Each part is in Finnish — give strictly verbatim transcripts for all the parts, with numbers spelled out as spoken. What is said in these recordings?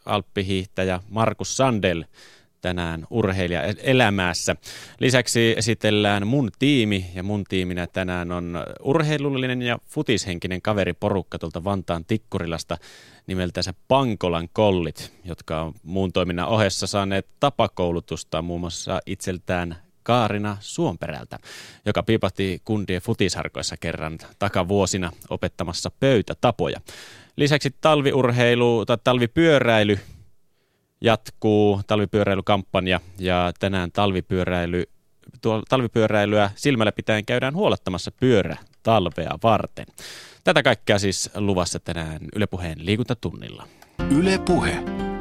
alppihiihtäjä Markus Sandell tänään urheilija elämässä. Lisäksi esitellään mun tiimi, ja mun tiiminä tänään on urheilullinen ja futishenkinen kaveriporukka tuolta Vantaan Tikkurilasta nimeltänsä Pankolan kollit, jotka on muun toiminnan ohessa saaneet tapakoulutusta muun muassa itseltään Kaarina Suomperältä, joka piipahti kundien futisharkoissa kerran takavuosina opettamassa pöytätapoja. Lisäksi talviurheilu tai talvipyöräily jatkuu, talvipyöräilykampanja, ja tänään talvipyöräily, tuo, talvipyöräilyä silmällä pitäen käydään huolettamassa pyörä talvea varten. Tätä kaikkea siis luvassa tänään Yle Puheen liikuntatunnilla. Yle Puhe.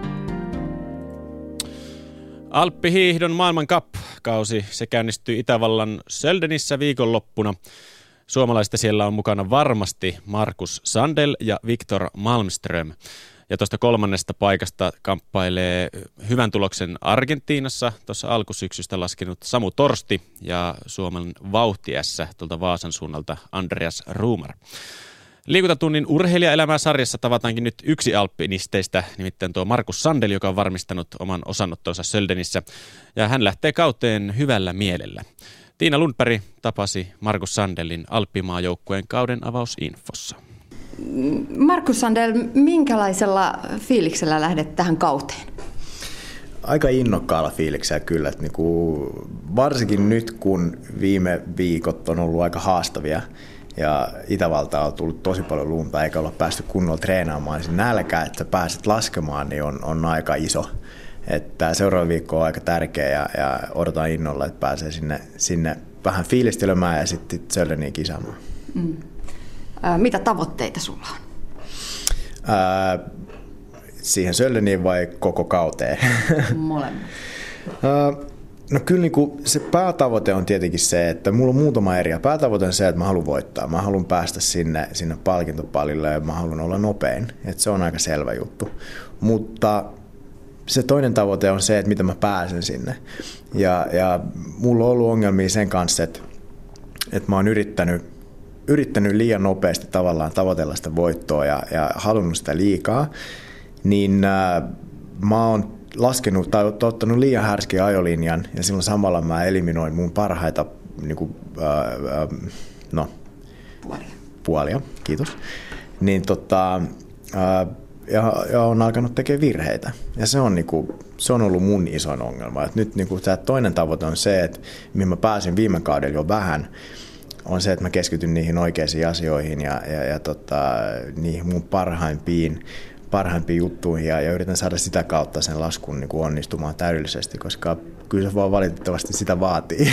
Alppihiihdon maailman cup-kausi, se käynnistyi Itävallan Söldenissä viikonloppuna. Suomalaista siellä on mukana varmasti Markus Sandell ja Viktor Malmström. Ja tuosta kolmannesta paikasta kamppailee hyvän tuloksen Argentiinassa tuossa alkusyksystä laskenut Samu Torsti ja Suomen vauhtiässä tuolta Vaasan suunnalta Andreas Ruumar. Liikuntatunnin urheilijaelämää sarjassa tavataankin nyt yksi alppinisteistä, nimittäin tuo Markus Sandell, joka on varmistanut oman osanottonsa Söldenissä, ja hän lähtee kauteen hyvällä mielellä. Tiina Lundberg tapasi Markus Sandellin alppimaajoukkueen kauden avausinfossa. Markus Sandell, minkälaisella fiiliksellä lähdet tähän kauteen? Aika innokkaalla fiiliksellä kyllä. Että niinku, varsinkin nyt, kun viime viikot on ollut aika haastavia ja Itävalta on tullut tosi paljon lunta eikä olla päästy kunnolla treenaamaan, niin nälkä, että pääset laskemaan, niin on, on aika iso. Että seuraava viikko on aika tärkeä ja, ja odotan innolla, että pääsee sinne, sinne vähän fiilistelemään ja sitten Söldeniin kisaamaan. Mm. Mitä tavoitteita sulla on? Ää, siihen Söldeniin vai koko kauteen? Molemmat. No kyllä niin kuin se päätavoite on tietenkin se, että mulla on muutama eri. Päätavoite on se, että mä haluan voittaa. Mä haluan päästä sinne, sinne palkintopalille ja mä haluan olla nopein. Että se on aika selvä juttu. Mutta se toinen tavoite on se, että miten mä pääsen sinne. Ja, ja mulla on ollut ongelmia sen kanssa, että, että mä oon yrittänyt yrittänyt liian nopeasti tavallaan tavoitella sitä voittoa ja, ja halunnut sitä liikaa, niin äh, mä oon laskenut tai ottanut liian härskeä ajolinjan ja silloin samalla mä eliminoin mun parhaita niin kuin, äh, äh, no, puolia. puolia, kiitos, niin tota, äh, ja, ja on alkanut tekemään virheitä. Ja se on, niin kuin, se on ollut mun isoin ongelma. Et nyt niin kuin, tämä toinen tavoite on se, että mihin mä pääsin viime kaudella jo vähän, on se, että mä keskityn niihin oikeisiin asioihin ja, ja, ja tota, niihin mun parhaimpiin, parhaimpiin juttuihin ja, ja yritän saada sitä kautta sen laskun niin kuin onnistumaan täydellisesti, koska kyllä se vaan valitettavasti sitä vaatii.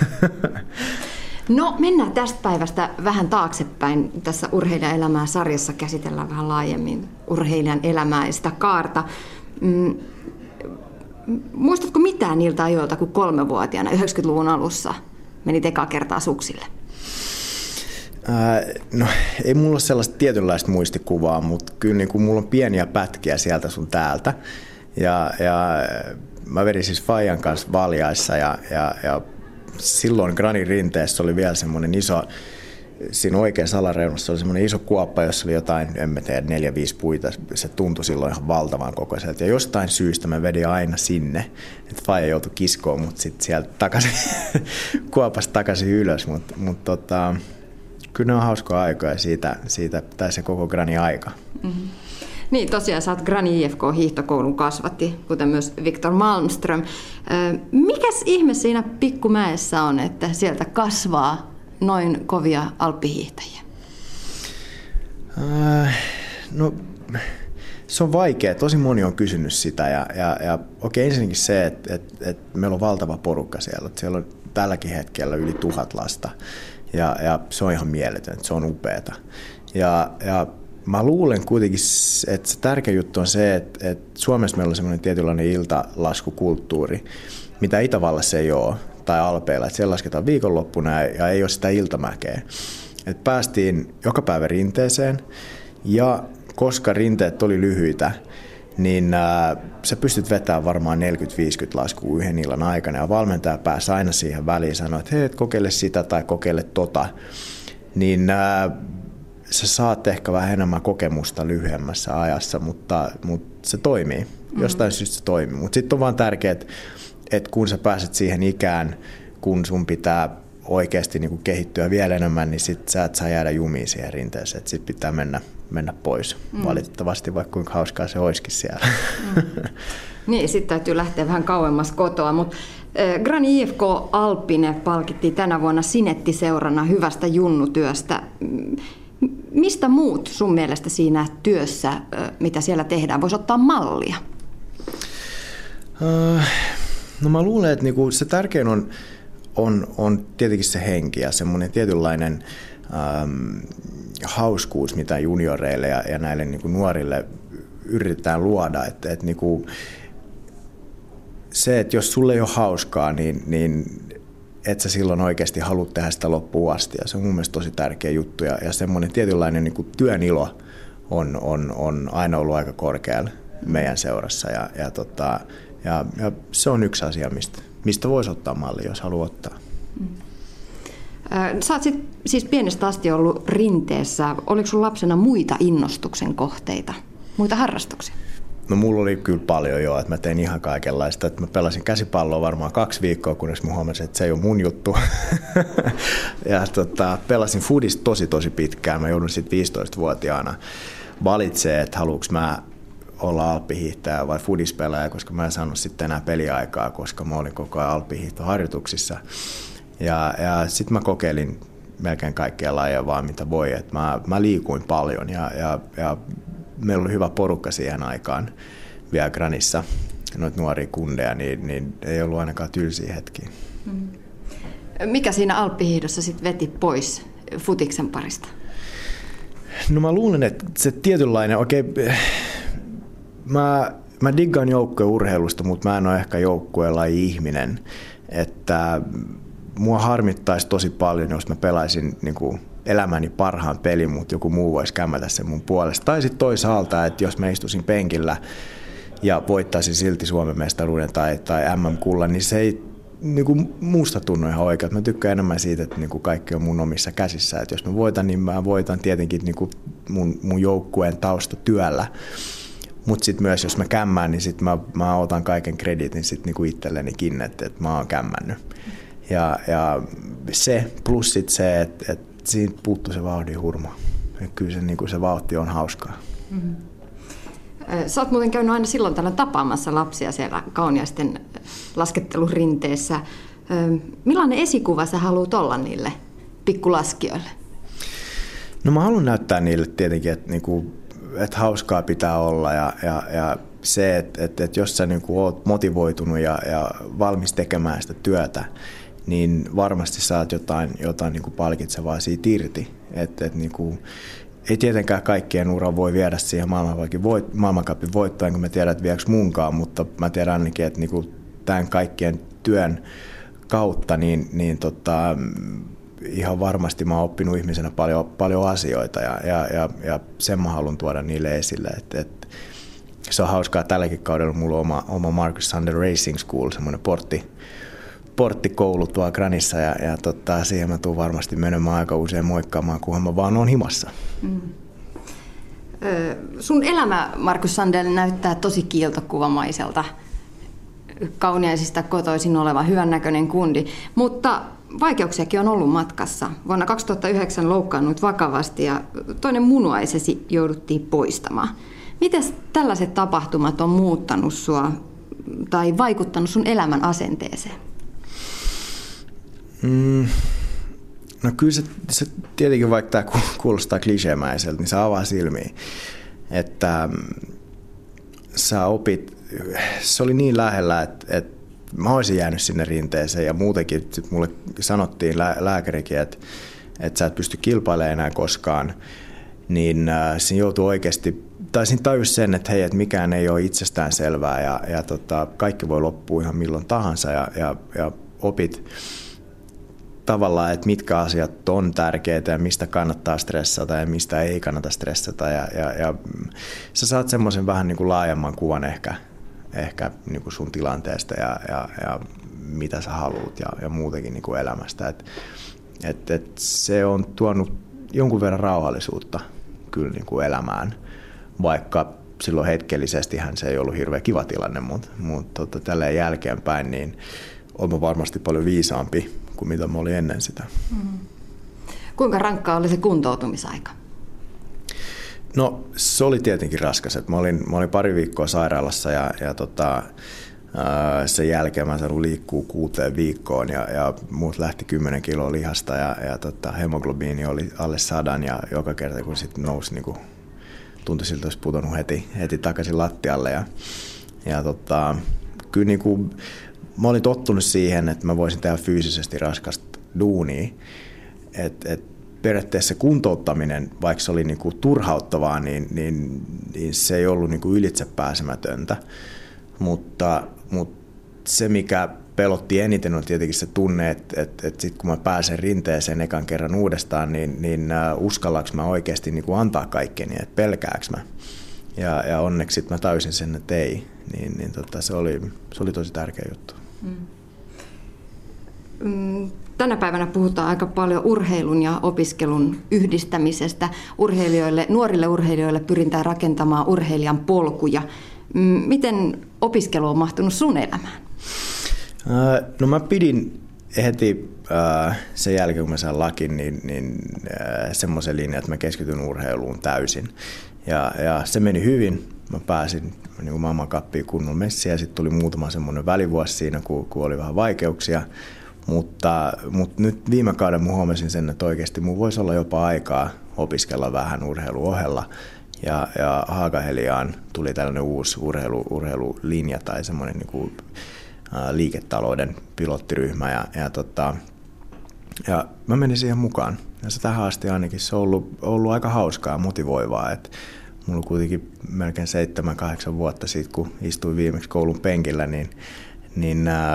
No mennään tästä päivästä vähän taaksepäin. Tässä urheilijaelämää sarjassa käsitellään vähän laajemmin urheilijan elämää ja sitä kaarta. Mm, muistatko mitään niiltä ajoilta, kun kolmevuotiaana yhdeksänkymmentäluvun alussa menit ekaa kertaa suksille? Ää, no ei mulla ole sellaista tietynlaista muistikuvaa, mutta kyllä niin kuin mulla on pieniä pätkiä sieltä sun täältä. Ja, ja mä vedin siis Fajan kanssa Valjaissa ja, ja, ja silloin Granin rinteessä oli vielä semmoinen iso, siinä oikeassa alareunassa oli semmoinen iso kuoppa, jossa oli jotain, en mä tiedä, neljä, viisi puita. Se tuntui silloin ihan valtavan kokoiselta. Ja jostain syystä mä vedin aina sinne, että Faija joutui kiskoon mut sitten sieltä takaisin, kuopasta takaisin ylös. Mutta mut tota, kyllä ne on hauskoja aikoja siitä, siitä tai se koko Granin aika. Mm-hmm. Niin, tosiaan sä oot Granin I F K-hiihtokoulun kasvatti, kuten myös Viktor Malmström. Mikäs ihme siinä pikkumäessä on, että sieltä kasvaa noin kovia alppihiihtäjiä? Äh, no, se on vaikea. Tosi moni on kysynyt sitä. Ja, ja, ja okei, ensinnäkin se, että, että, että meillä on valtava porukka siellä. Siellä on tälläkin hetkellä yli tuhat lasta. Ja, ja se on ihan mieletön, se on upeata. Ja, ja mä luulen kuitenkin, että se tärkeä juttu on se, että, että Suomessa meillä on semmoinen tietynlainen iltalaskukulttuuri, mitä Itävallassa ei ole, tai Alpeilla, että siellä lasketaan viikonloppuna ja ei ole sitä iltamäkeä. Että päästiin joka päivä rinteeseen, ja koska rinteet oli lyhyitä, niin äh, sä pystyt vetämään varmaan neljäkymmentä viisikymmentä laskua yhden illan aikana, ja valmentaja pääsi aina siihen väliin sanoa, että hei, kokeile sitä tai kokeile tota. Niin äh, sä saat ehkä vähän enemmän kokemusta lyhyemmässä ajassa, mutta, mutta se toimii. Jostain mm-hmm. syystä se toimii. Mutta sitten on vaan tärkeää, että, että kun sä pääset siihen ikään, kun sun pitää oikeasti niin kuin kehittyä vielä enemmän, niin sit sä et saa jäädä jumiin siihen rinteeseen. Sitten pitää mennä, mennä pois. Mm. Valitettavasti, vaikka kuinka hauskaa se olisikin siellä. Mm. Niin, sitten täytyy lähteä vähän kauemmas kotoa. Mutta äh, Grani I F K Alpine palkittiin tänä vuonna Sinetti-seurana hyvästä junnutyöstä. Mistä muut sun mielestä siinä työssä, äh, mitä siellä tehdään, voisi ottaa mallia? Uh, no mä luulen, että niinku se tärkein on On, on tietenkin se henki ja semmoinen tietynlainen ähm, hauskuus, mitä junioreille ja, ja näille niin kuin nuorille yritetään luoda. Et, et, niin kuin se, että jos sulle ei ole hauskaa, niin, niin et sä silloin oikeasti halua tehdä sitä loppuun asti. Ja se on mun mielestä tosi tärkeä juttu. Ja, ja semmoinen tietynlainen niin kuin työn ilo on, on, on aina ollut aika korkealla meidän seurassa. Ja, ja, tota, ja, ja se on yksi asia, mistä Mistä voisi ottaa mallia, jos haluaa ottaa? Sä oot sit, siis pienestä asti ollut rinteessä. Oliko sun lapsena muita innostuksen kohteita, muita harrastuksia? No mulla oli kyllä paljon jo, että mä tein ihan kaikenlaista. Että mä pelasin käsipalloa varmaan kaksi viikkoa, kunnes mä huomasin, että se ei ole mun juttu. ja tota, pelasin foodista tosi tosi pitkään. Mä joudun sitten viisitoistavuotiaana valitsemaan, että haluanko mä olla alppihiihtäjä vai foodispelaaja, koska mä en saanut sitten enää peliaikaa, koska mä olin koko ajan alppihiihtoharjoituksissa. Ja, ja sitten mä kokeilin melkein kaikkia lajeja vaan mitä voi. Et mä, mä liikuin paljon ja, ja, ja meillä oli hyvä porukka siihen aikaan vielä Granissa, noita nuoria kundeja, niin, niin ei ollut ainakaan tylsiä hetkiä. Mikä siinä alppihiihdossa sitten veti pois futiksen parista? No mä luulen, että se tietynlainen, okei, okay, Mä, mä diggaan joukkueurheilusta, mutta mä en ole ehkä joukkuelaji ihminen. Että mua harmittaisi tosi paljon, jos mä pelaisin niin kuin elämäni parhaan pelin, mutta joku muu voisi kämmätä sen mun puolesta. Tai sitten toisaalta, että jos mä istuisin penkillä ja voittaisin silti Suomen mestaruuden tai, tai M M-kullan, niin se ei niin kuin muusta tunnu ihan oikein. Mä tykkään enemmän siitä, että niin kuin kaikki on mun omissa käsissä. Että jos mä voitan, niin mä voitan tietenkin niin kuin mun, mun joukkueen taustatyöllä. Mutta sitten myös, jos mä kämmään, niin sitten mä, mä otan kaiken krediitin sit niinku itsellenikin, että et mä oon kämmännyt. Ja, ja se, plus sit se, että et siitä puuttuu se vauhdin hurma. Ja kyllä se, niinku se vauhti on hauskaa. Mm-hmm. Sä oot muuten käynyt aina silloin tällä tapaamassa lapsia siellä Kauniaisten laskettelurinteessä. Millainen esikuva sä haluat olla niille pikkulaskijoille? No mä haluan näyttää niille tietenkin, että niinku, että hauskaa pitää olla ja, ja, ja se, että, että, että jos sä niin kuin oot motivoitunut ja, ja valmis tekemään sitä työtä, niin varmasti saat jotain, jotain niin kuin palkitsevaa siitä irti. Että, että niin kuin, ei tietenkään kaikkien ura voi viedä siihen voit, maailmancupin voittoon, enkä mä tiedä, että viedäkö munkaan, mutta mä tiedän ainakin, että niin kuin tämän kaikkien työn kautta niin, niin tota, ihan varmasti mä oon oppinut ihmisenä paljon, paljon asioita ja, ja, ja, ja sen mä haluan tuoda niille esille. Et, et, se on hauskaa, tälläkin kaudella mulla on oma, oma Marcus Sander Racing School, semmoinen portti, porttikoulu tuolla Granissa ja, ja tota, siihen mä tuun varmasti menemään aika usein moikkaamaan, kunhan mä vaan oon himassa. Mm. Sun elämä, Marcus Sander, näyttää tosi kiiltokuvamaiselta. Kauniaisista kotoisin oleva hyvännäköinen kundi, mutta vaikeuksiakin on ollut matkassa. Vuonna kaksituhattayhdeksän loukkaannut vakavasti ja toinen munuaisesi jouduttiin poistamaan. Miten tällaiset tapahtumat on muuttanut sua tai vaikuttanut sun elämän asenteeseen? Mm, no kyllä se, se tietenkin, vaikka tämä kuulostaa kliseemäiseltä, niin se avaa silmiä. Että sä opit, se oli niin lähellä, että, että mä olisin jäänyt sinne rinteeseen ja muutenkin mulle sanottiin lää, lääkärikin, että, että sä et pysty kilpailemaan enää koskaan, niin äh, siinä joutui oikeasti, tai siinä tajus sen, että hei, että mikään ei ole itsestään selvää ja, ja tota, kaikki voi loppua ihan milloin tahansa ja, ja, ja opit tavallaan, että mitkä asiat on tärkeitä ja mistä kannattaa stressata ja mistä ei kannata stressata ja, ja, ja sä saat semmoisen vähän niin kuin laajemman kuvan ehkä, ehkä niin kuin sun tilanteesta ja, ja, ja mitä sä haluat ja, ja muutenkin niin kuin elämästä. Et, et, et se on tuonut jonkun verran rauhallisuutta kyllä niin kuin elämään, vaikka silloin hetkellisestihän se ei ollut hirveän kiva tilanne, mutta, mutta tota, tälleen jälkeenpäin niin olen varmasti paljon viisaampi kuin mitä mä olin ennen sitä. Mm. Kuinka rankkaa oli se kuntoutumisaika? No se oli tietenkin raskas. Mä olin, mä olin pari viikkoa sairaalassa ja, ja tota, ää, sen jälkeen mä sain liikkua kuuteen viikkoon ja, ja muut lähti kymmenen kiloa lihasta ja, ja tota, hemoglobiini oli alle sadan ja joka kerta kun sitten nousi, niin kuin, tuntui siltä olisi putonut heti, heti takaisin lattialle. Ja, ja tota, kyllä niin kuin, mä olin tottunut siihen, että mä voisin tehdä fyysisesti raskasta duunia. Et, et periaatteessa kuntouttaminen, vaikka se oli niinku turhauttavaa, niin, niin, niin se ei ollut niinku ylitsepääsemätöntä. Mutta, mutta se, mikä pelotti eniten, on tietenkin se tunne, että, että, että sit kun mä pääsen rinteeseen ekan kerran uudestaan, niin, niin uskallanko mä oikeasti niinku antaa kaikkeni, että pelkääkö mä. Ja, ja onneksi sit mä täysin sen, että ei. Niin, niin tota, se, oli, se oli tosi tärkeä juttu. Mm. Mm. Tänä päivänä puhutaan aika paljon urheilun ja opiskelun yhdistämisestä. Urheilijoille, nuorille urheilijoille pyritään rakentamaan urheilijan polkuja. Miten opiskelu on mahtunut sun elämään? No mä pidin heti sen jälkeen, kun mä sain lakin, niin, niin semmoisen linjan, että mä keskityn urheiluun täysin. Ja, ja se meni hyvin. Mä pääsin niin maailmancuppiin kunnolla messiin ja sitten tuli muutama semmoinen välivuosi siinä, kun, kun oli vähän vaikeuksia. Mutta, mutta nyt viime kauden mä huomasin sen, että oikeasti mun voisi olla jopa aikaa opiskella vähän urheiluohella. Ja, ja Haakaheliaan tuli tällainen uusi urheilu, urheilulinja tai semmoinen niin kuin, ä, liiketalouden pilottiryhmä. Ja, ja, tota, ja mä menin siihen mukaan. Ja se tähän asti ainakin se on ollut, ollut aika hauskaa ja motivoivaa. Et mulla on kuitenkin melkein seitsemän, kahdeksan vuotta siitä, kun istuin viimeksi koulun penkillä, niin, niin ä,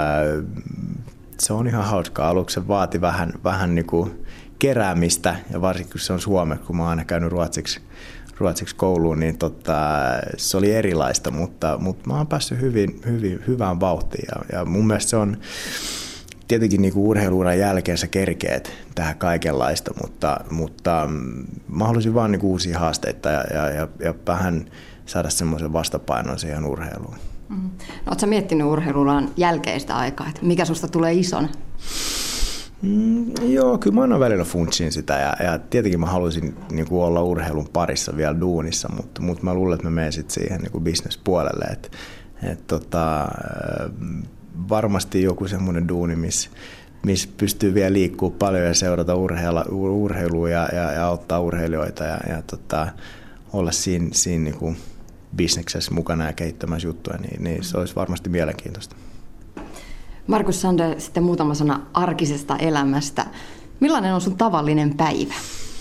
se on ihan hauskaa. Aluksi se vaati vähän, vähän niin kuin keräämistä, ja varsinkin kun se on suomeksi, kun mä oon aina käynyt ruotsiksi, ruotsiksi kouluun, niin tota, se oli erilaista, mutta, mutta mä oon päässyt hyvin, hyvin, hyvään vauhtiin. Ja, ja mun mielestä se on tietenkin niin kuin urheiluuran jälkeen sä kerkeet tähän kaikenlaista, mutta, mutta mä haluaisin vaan niin kuin uusia haasteita ja, ja, ja, ja vähän saada semmoisen vastapainon siihen urheiluun. Mm. No, ootko sä miettinyt urheiluuran jälkeistä aikaa, että mikä susta tulee isona? Mm, joo, kyllä mä aina välillä funtsin sitä ja, ja tietenkin mä haluaisin niin kuin olla urheilun parissa vielä duunissa, mutta, mutta mä luulen, että mä menen sitten siihen niin kuin business-puolelle. Et, et, tota, varmasti joku semmoinen duuni, missä miss pystyy vielä liikkua paljon ja seurata urheilua ja, ja, ja auttaa urheilijoita ja, ja tota, olla siinä, siinä niin kuin bisneksessä mukana ja kehittämässä juttuja, niin, niin se olisi varmasti mielenkiintoista. Markus Sandel, sitten muutama sana arkisesta elämästä. Millainen on sun tavallinen päivä?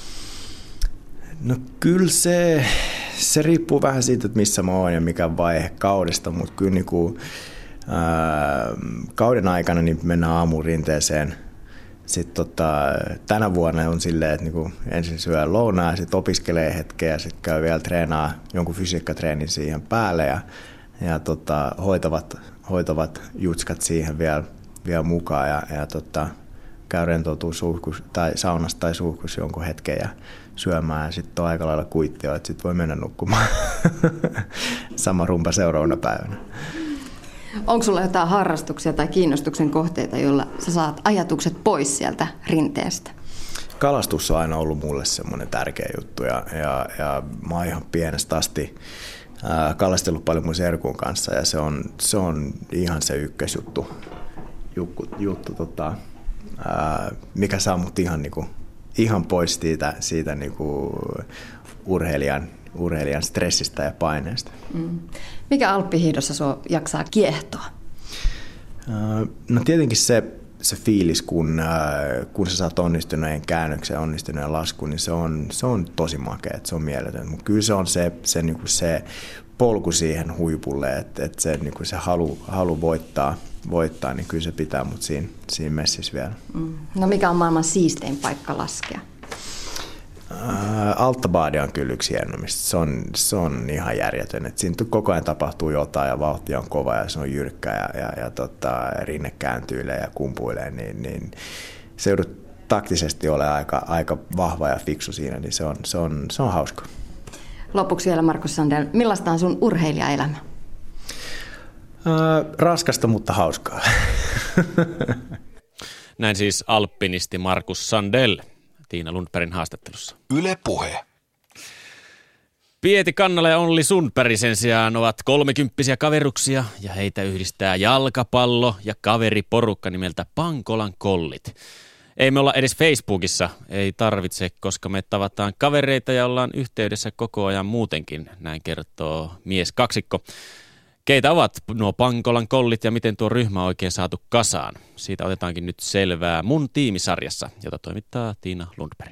No kyllä se, se riippuu vähän siitä, että missä mä oon ja mikä vaihe kaudesta, mutta kyllä niin kuin, ää, kauden aikana niin mennään aamuun rinteeseen. Sitten tota, tänä vuonna on silleen, että niinku ensin syö lounaa, sitten opiskelee hetkeä ja sitten käy vielä treenaa jonkun fysiikkatreenin siihen päälle ja, ja tota, hoitavat, hoitavat jutskat siihen vielä, vielä mukaan ja, ja tota, käy rentoutuu suihkus, tai saunassa tai suihkussa jonkun hetken ja syömään ja sitten on aika lailla kuittio, että sitten voi mennä nukkumaan. Sama rumpa seuraavana päivänä. Onko sulla jotain harrastuksia tai kiinnostuksen kohteita, joilla sä saat ajatukset pois sieltä rinteestä? Kalastus on aina ollut mulle semmoinen tärkeä juttu ja, ja, ja mä oon ihan pienestä asti ää, kalastellut paljon mun serkun kanssa ja se on, se on ihan se ykkösjuttu, juttu, juttu tota, ää, mikä saa mut ihan, niinku, ihan pois siitä, siitä niinku urheilijan, urheilijan stressistä ja paineesta. Mm. Mikä alppihiihdossa sua jaksaa kiehtoa? No tietenkin se, se fiilis, kun, kun sä saat onnistuneen käännöksen ja onnistuneen laskun, niin se on, se on tosi makea, se on mieletön. Mutta kyllä se on se, se, niin kuin se polku siihen huipulle, että, että se, niin kuin se halu, halu voittaa, voittaa, niin kyllä se pitää mut siinä, siinä messissä vielä. Mm. No mikä on maailman siistein paikka laskea? Alttabaadi on kyllä yksi hienommista. Se on, se on ihan järjetön. Et siinä koko ajan tapahtuu jotain ja vauhti on kova ja se on jyrkkä ja, ja, ja tota, rinne kääntyilee ja kumpuilee. Niin, niin se joudut taktisesti ole aika, aika vahva ja fiksu siinä, niin se on, se on, se on hauska. Lopuksi vielä Markus Sandell, millaista on sun urheilijaelämä? Äh, raskasta, mutta hauskaa. Näin siis alpinisti Markus Sandell Tiina Lundbergin haastattelussa. Yle Puhe. Pieti Kannala ja Olli Sundberg sen sijaan ovat kolmekymppisiä kaveruksia ja heitä yhdistää jalkapallo ja kaveriporukka nimeltä Pankolan kollit. Ei me olla edes Facebookissa, ei tarvitse, koska me tavataan kavereita ja ollaan yhteydessä koko ajan muutenkin, näin kertoo mies kaksikko. Keitä ovat nuo Pankolan kollit ja miten tuo ryhmä on oikein saatu kasaan? Siitä otetaankin nyt selvää Mun tiimisarjassa, jota toimittaa Tiina Lundberg.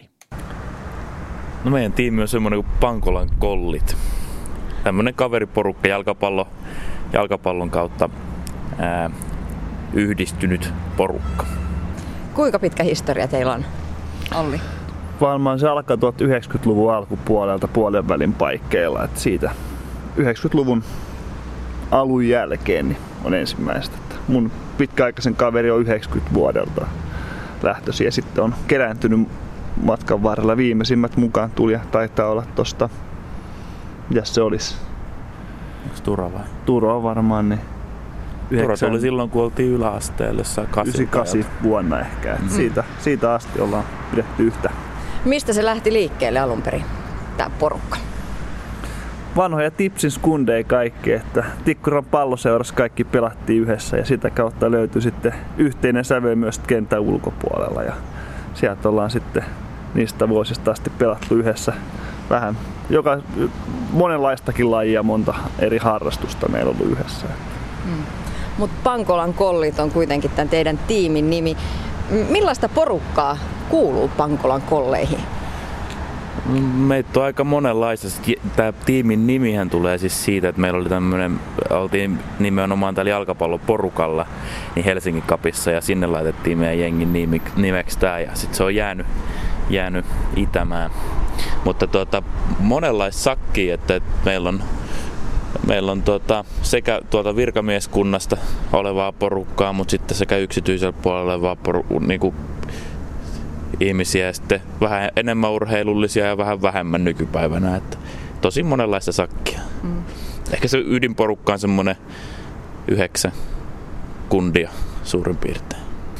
No meidän tiimi on semmoinen kuin Pankolan kollit. Tämmöinen kaveriporukka jalkapallo, jalkapallon kautta ää, yhdistynyt porukka. Kuinka pitkä historia teillä on, Olli? Varmaan se alkaa tuhatyhdeksänkymmentäluvun alkupuolelta puolen välin paikkeilla. Että siitä yhdeksänkymmentäluvun alun jälkeen niin on ensimmäistä. Mun pitkäaikaisen kaveri on yhdeksänkymmentä vuodelta lähtöisin ja sitten on kerääntynyt matkan varrella. Viimeisimmät mukaan tuli ja taitaa olla tosta, mitäs se olisi? Onko Tura vai? Tura varmaan. Niin Tura tuli silloin, kun oltiin yläasteella jossain yhdeksänkymmentäkahdeksan vuonna ehkä. Mm. Siitä, siitä asti ollaan pidetty yhtä. Mistä se lähti liikkeelle alun perin, tämä porukka? Vanhoja Tipsin skundeja kaikki, että Tikkuran palloseurassa kaikki pelattiin yhdessä ja sitä kautta löytyi sitten yhteinen sävel myös kentän ulkopuolella ja sieltä ollaan sitten niistä vuosista asti pelattu yhdessä vähän, joka, monenlaistakin lajia, monta eri harrastusta meillä on ollut yhdessä. Hmm. Mutta Pankolan kollit on kuitenkin tämän teidän tiimin nimi. Millaista porukkaa kuuluu Pankolan kolleihin? Meitä on aika monenlaista. Tämä tiimin nimihän tulee siis siitä, että meillä oli tämmöinen, oltiin nimenomaan täällä jalkapalloporukalla niin Helsingin Cupissa ja sinne laitettiin meidän jengin nimi, nimeksi tämä ja sitten se on jäänyt, jäänyt itämään. Mutta tuota, monenlaista sakkia, että, että meillä on, meillä on tuota, sekä tuolta virkamieskunnasta olevaa porukkaa, mutta sitten sekä yksityisellä puolella olevaa porukkaa, niin kuin ihmisiä ja sitten vähän enemmän urheilullisia ja vähän vähemmän nykypäivänä. Että tosi monenlaista sakkia. Mm. Ehkä se ydinporukka on semmoinen yhdeksän kundia suurin piirtein.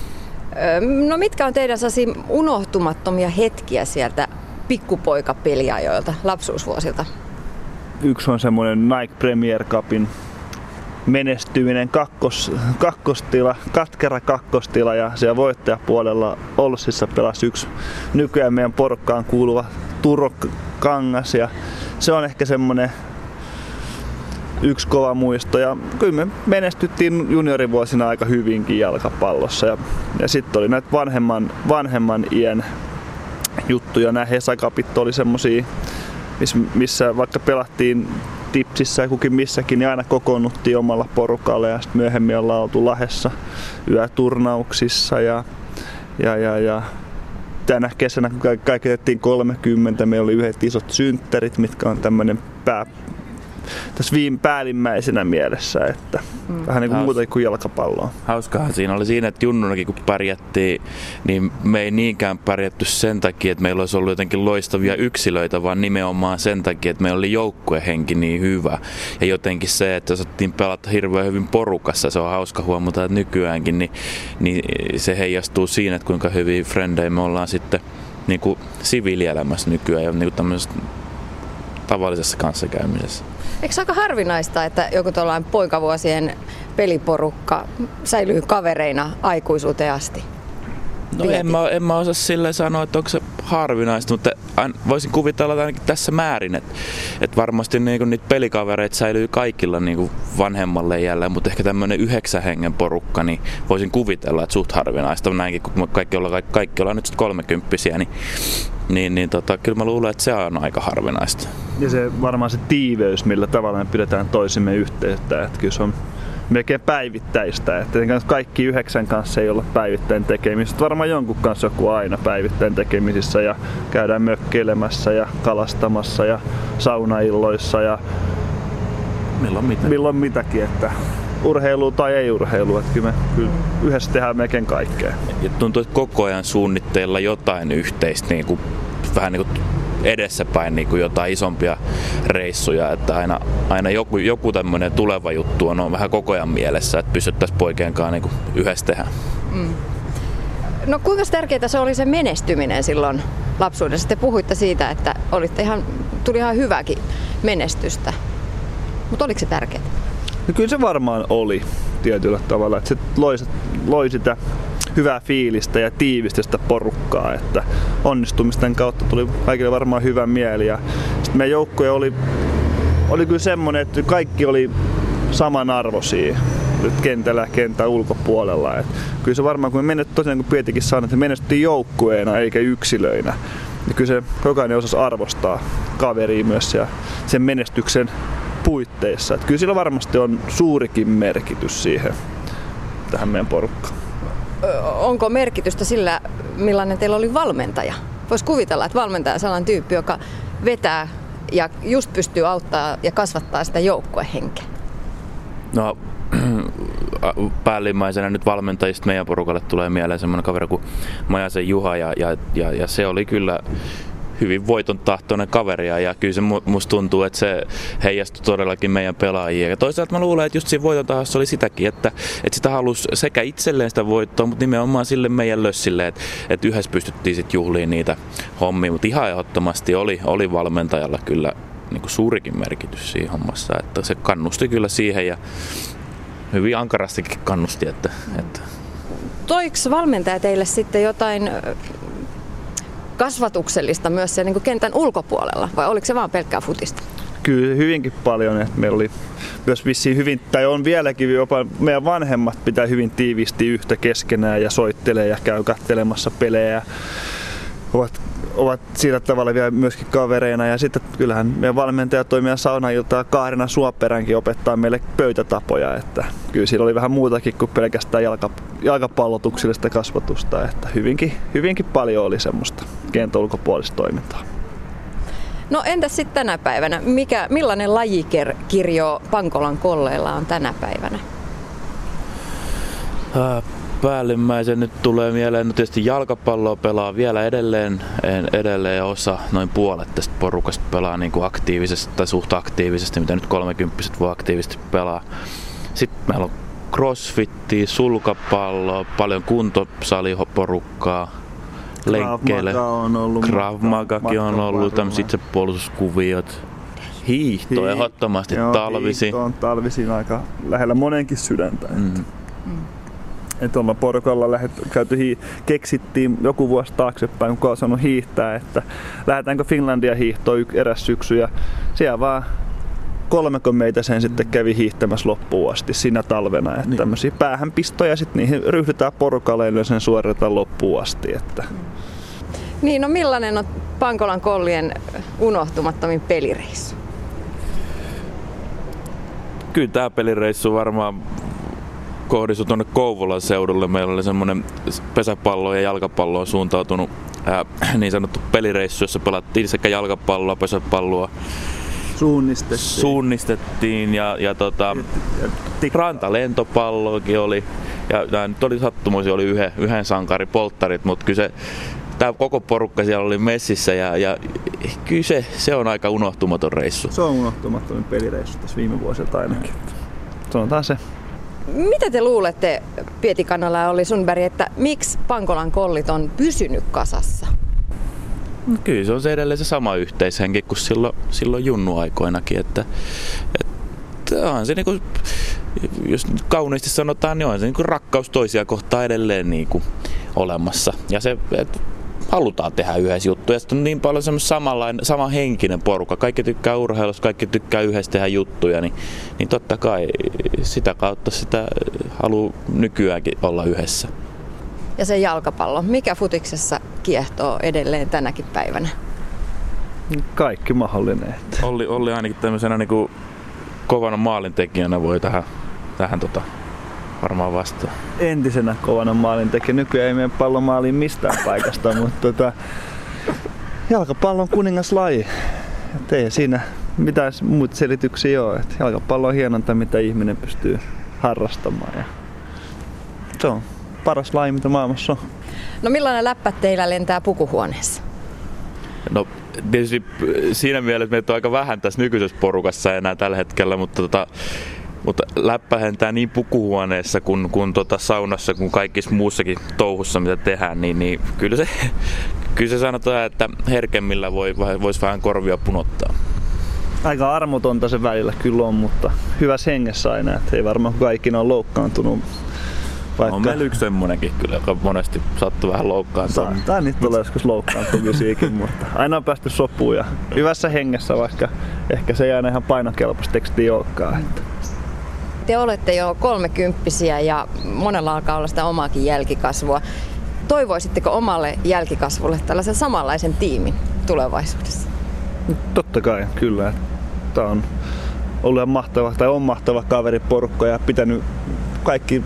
No mitkä on teidän unohtumattomia hetkiä sieltä pikkupoikapeliajoilta, lapsuusvuosilta? Yksi on semmoinen Nike Premier Cupin menestyminen kakkos, kakkostila, katkera kakkostila ja siellä voittajapuolella Olssissa pelasi yksi nykyään meidän porukkaan kuuluva Turo Kangas ja se on ehkä semmoinen yksi kova muisto ja kyllä me menestyttiin juniorivuosina aika hyvinkin jalkapallossa ja, ja sitten oli näitä vanhemman, vanhemman iän juttuja, nämä Hesa Cupit oli semmosia missä vaikka pelattiin Tipsissä ja kukin missäkin, niin aina kokoonnuttiin omalla porukalle ja sitten myöhemmin ollaan oltu Lahdessa yöturnauksissa ja, ja, ja, ja tänä kesänä kun kaikki tehtiin kolmekymmentä, meillä oli yhdet isot synttärit, mitkä on tämmöinen pää, tässä viime päällimmäisenä mielessä, että mm. vähän niin kuin muuta kuin jalkapalloa. Hauskahan siinä oli siinä, että junnunakin kun pärjättiin, niin me ei niinkään pärjätty sen takia, että meillä olisi ollut jotenkin loistavia yksilöitä, vaan nimenomaan sen takia, että meillä oli joukkuehenki niin hyvä. Ja jotenkin se, että osattiin pelata hirveän hyvin porukassa, se on hauska huomata, että nykyäänkin, niin, niin se heijastuu siinä, että kuinka hyviä frendejä me ollaan sitten niin kuin siviilielämässä nykyään ja niin kuin tämmöisessä tavallisessa kanssakäymisessä. Eikö se aika harvinaista, että joku tuollainen poikavuosien peliporukka säilyy kavereina aikuisuuteen asti? No en mä, en mä osaa silleen sanoa, että onko se harvinaista, mutta voisin kuvitella ainakin tässä määrin, että, että varmasti niinku niitä pelikavereita säilyy kaikilla niinku vanhemmalle jälleen, mutta ehkä tämmöinen yhdeksän hengen porukka, niin voisin kuvitella, että suht harvinaista on näinkin, kun kaikki ollaan, kaikki ollaan nyt kolmekymppisiä, niin, niin, niin tota, kyllä mä luulen, että se on aika harvinaista. Ja se varmaan se tiiveys, millä tavalla me pidetään toisimme yhteyttä, että kyllä se on melkein päivittäistä. Että kaikki yhdeksän kanssa ei olla päivittäin tekemisissä. Varmaan jonkun kanssa joku aina päivittäin tekemisissä ja käydään mökkeilemässä ja kalastamassa ja saunailloissa ja milloin mitäkin. Milloin mitäkin että urheilua tai ei urheilua. Että kyllä me kyllä yhdessä tehdään melkein kaikkea. Ja tuntuu, että koko ajan suunnitteilla jotain yhteistä, niin kuin, vähän niin kuin edessäpäin niin kuin jotain isompia reissuja. Että aina, aina joku, joku tämmöinen tuleva juttu on, on vähän koko ajan mielessä, että pystyttäisiin poikien kanssa niin kuin yhdessä tehdä. Mm. No kuinka tärkeää se oli se menestyminen silloin lapsuudessa? Te puhuitte siitä, että olitte ihan, tuli ihan hyvääkin menestystä. Mutta oliko se tärkeää? No kyllä se varmaan oli tietyllä tavalla. Että se loi, loi sitä hyvää fiilistä ja tiivistystä porukkaa. Että onnistumisten kautta tuli kaikille varmaan hyvä mieli. Ja sitten meidän joukkoja oli, oli kyllä semmoinen, että kaikki oli samanarvoisia. Nyt kentällä ja kentän ulkopuolella. Et kyllä se varmaan, kun me menet, tosiaan kun Pietikin sanoi, että me menestyttiin joukkueena eikä yksilöinä. Ja kyllä se jokainen osasi arvostaa kaveria myös ja sen menestyksen puitteissa. Et kyllä sillä varmasti on suurikin merkitys siihen tähän meidän porukkaan. Onko merkitystä sillä, millainen teillä oli valmentaja? Voisi kuvitella, että valmentaja on sellainen tyyppi, joka vetää ja just pystyy auttaa ja kasvattaa sitä joukkuehenkeä. No, päällimmäisenä nyt valmentajista meidän porukalle tulee mieleen semmoinen kaveri kuin Majasen Juha ja, ja, ja, ja se oli kyllä hyvin voiton tahtoinen kaveri ja kyllä se musta tuntuu, että se heijastui todellakin meidän pelaajia. Ja toisaalta mä luulen, että just siinä voiton tahdossa oli sitäkin, että, että sitä halusi sekä itselleen sitä voittoa, mutta nimenomaan sille meidän lössille, että, että yhdessä pystyttiin sitten juhliin niitä hommia, mutta ihan ehdottomasti oli, oli valmentajalla kyllä niin kuin suurikin merkitys siinä hommassa, että se kannusti kyllä siihen ja hyvin ankarastikin kannusti. Että, että. Toiko valmentaja teille sitten jotain kasvatuksellista myös siellä niin kuin kentän ulkopuolella vai oliko se vaan pelkkää futista? Kyllä hyvinkin paljon. Että meillä oli myös vissiin hyvin, tai on vieläkin jopa meidän vanhemmat pitää hyvin tiiviisti yhtä keskenään ja soittelee ja käy katselemassa pelejä. Ovat, ovat sillä tavalla vielä myöskin kavereina ja sitten kyllähän meidän valmentaja toimii saunailtaa Kaarina Suoperänkin opettaa meille pöytätapoja, että kyllä siellä oli vähän muutakin kuin pelkästään jalka, jalkapallotuksellista kasvatusta, että hyvinkin, hyvinkin paljon oli semmoista kentän ulkopuolista toimintaa. No entäs sitten tänä päivänä? Mikä, millainen lajikirjo Pankolan kolleilla on tänä päivänä? Äh. Päällimmäisen nyt tulee mieleen, no tietysti jalkapalloa pelaa vielä edelleen, edelleen osa, noin puolet tästä porukasta pelaa niin kuin aktiivisesti tai suht aktiivisesti, mitä nyt kolmekymppiset voi aktiivisesti pelaa. Sitten meillä on crossfittiä, sulkapalloa, paljon kuntosaliporukkaa, lenkkeille. Krav Magakin on ollut, tämmöiset itsepuolustuskuviot. Hiihto ehdottomasti talvisin. Hiihto on talvisin aika lähellä monenkin sydäntä. Mm. Mm. Että ollaan porukalla lähet, käyty hii, keksittiin joku vuosi taaksepäin, kun on sanonut hiihtää, että lähdetäänkö Finlandia hiihtoon eräs syksy. Ja siellä vaan kolmeko meitä sen sitten kävi hiihtämässä loppuun asti siinä talvena. Että niin. Tämmöisiä päähänpistoja, sitten niihin ryhdytään porukalle ja sen suoritetaan loppuun asti. Että. Niin, no millainen on Pankolan kollien unohtumattomin pelireissu? Kyllä tämä pelireissu varmaan kohdistui tuonne Kouvolan seudulle. Meillä oli semmoinen pesäpalloon ja jalkapalloon suuntautunut ää, niin sanottu pelireissu, jossa pelattiin sekä jalkapalloa, pesäpalloa. Suunnistettiin. Suunnistettiin ja, ja tota, rantalentopalloakin oli. Ja nämä nyt oli sattumoisin, oli yhden, yhden sankarin polttarit, mutta kyllä se, tämä koko porukka siellä oli messissä ja, ja kyllä se, se on aika unohtumaton reissu. Se on unohtumaton pelireissu tässä viime vuosilta ainakin. Sanotaan se. Mitä te luulette, Pietikannala ja Olli Sundberg, että miksi Pankolan kollit on pysynyt kasassa? No kyllä se on se edelleen se sama yhteishenki kuin silloin, silloin junnuaikoinakin. Että, että on se niin kuin, jos nyt kauniisti sanotaan, niin on se niin kuin rakkaus toisia kohtaan edelleen niin kuin olemassa. Ja se, että halutaan tehdä yhdessä juttuja. Sitten on niin paljon semmoinen samanlainen, samanhenkinen porukka. Kaikki tykkää urheilusta, kaikki tykkää yhdessä tehdä juttuja. Niin, niin totta kai sitä kautta sitä haluaa nykyäänkin olla yhdessä. Ja se jalkapallo. Mikä futiksessa kiehtoo edelleen tänäkin päivänä? Kaikki mahdollinen. Olli, Olli ainakin tämmöisenä niin kuin kovana maalintekijänä voi tähän, tähän tota, varmaan vastaan. Entisenä kovana maalintekijä. Nykyään ei mene pallomaaliin mistään paikasta, mutta tota, jalkapallo on kuningaslaji. Et ei siinä mitään muita selityksiä ole. Et jalkapallo on hienonta, mitä ihminen pystyy harrastamaan. Ja se on paras laji, mitä maailmassa on. No millainen läppä teillä lentää pukuhuoneessa? No tietysti siinä mielessä meitä on aika vähän tässä nykyisessä porukassa enää tällä hetkellä, mutta, tota, mutta läppä lentää niin pukuhuoneessa kuin, kuin tota saunassa kuin kaikissa muussakin touhussa, mitä tehdään, niin, niin kyllä, se, kyllä se sanotaan, että herkemmillä voi, voisi vähän korvia punottaa. Aika armotonta se välillä kyllä on, mutta hyvässä hengessä aina, että ei varmaan kaikki ole loukkaantunut. Vaikka... On meillä yksi semmonenkin kyllä, joka monesti sattuu vähän loukkaantua. Saattaa niitä tulee joskus loukkaantumisiakin, mutta aina on päästy sopuun ja hyvässä hengessä, vaikka ehkä se ei aina ihan painokelpoista tekstiä olekaan. Että. Te olette jo kolmekymppisiä ja monella alkaa olla sitä omaakin jälkikasvua. Toivoisitteko omalle jälkikasvulle tällaisen samanlaisen tiimin tulevaisuudessa? Totta kai, kyllä. Tämä on ollut ihan mahtava, tai on mahtava kaveriporukka ja pitänyt kaikki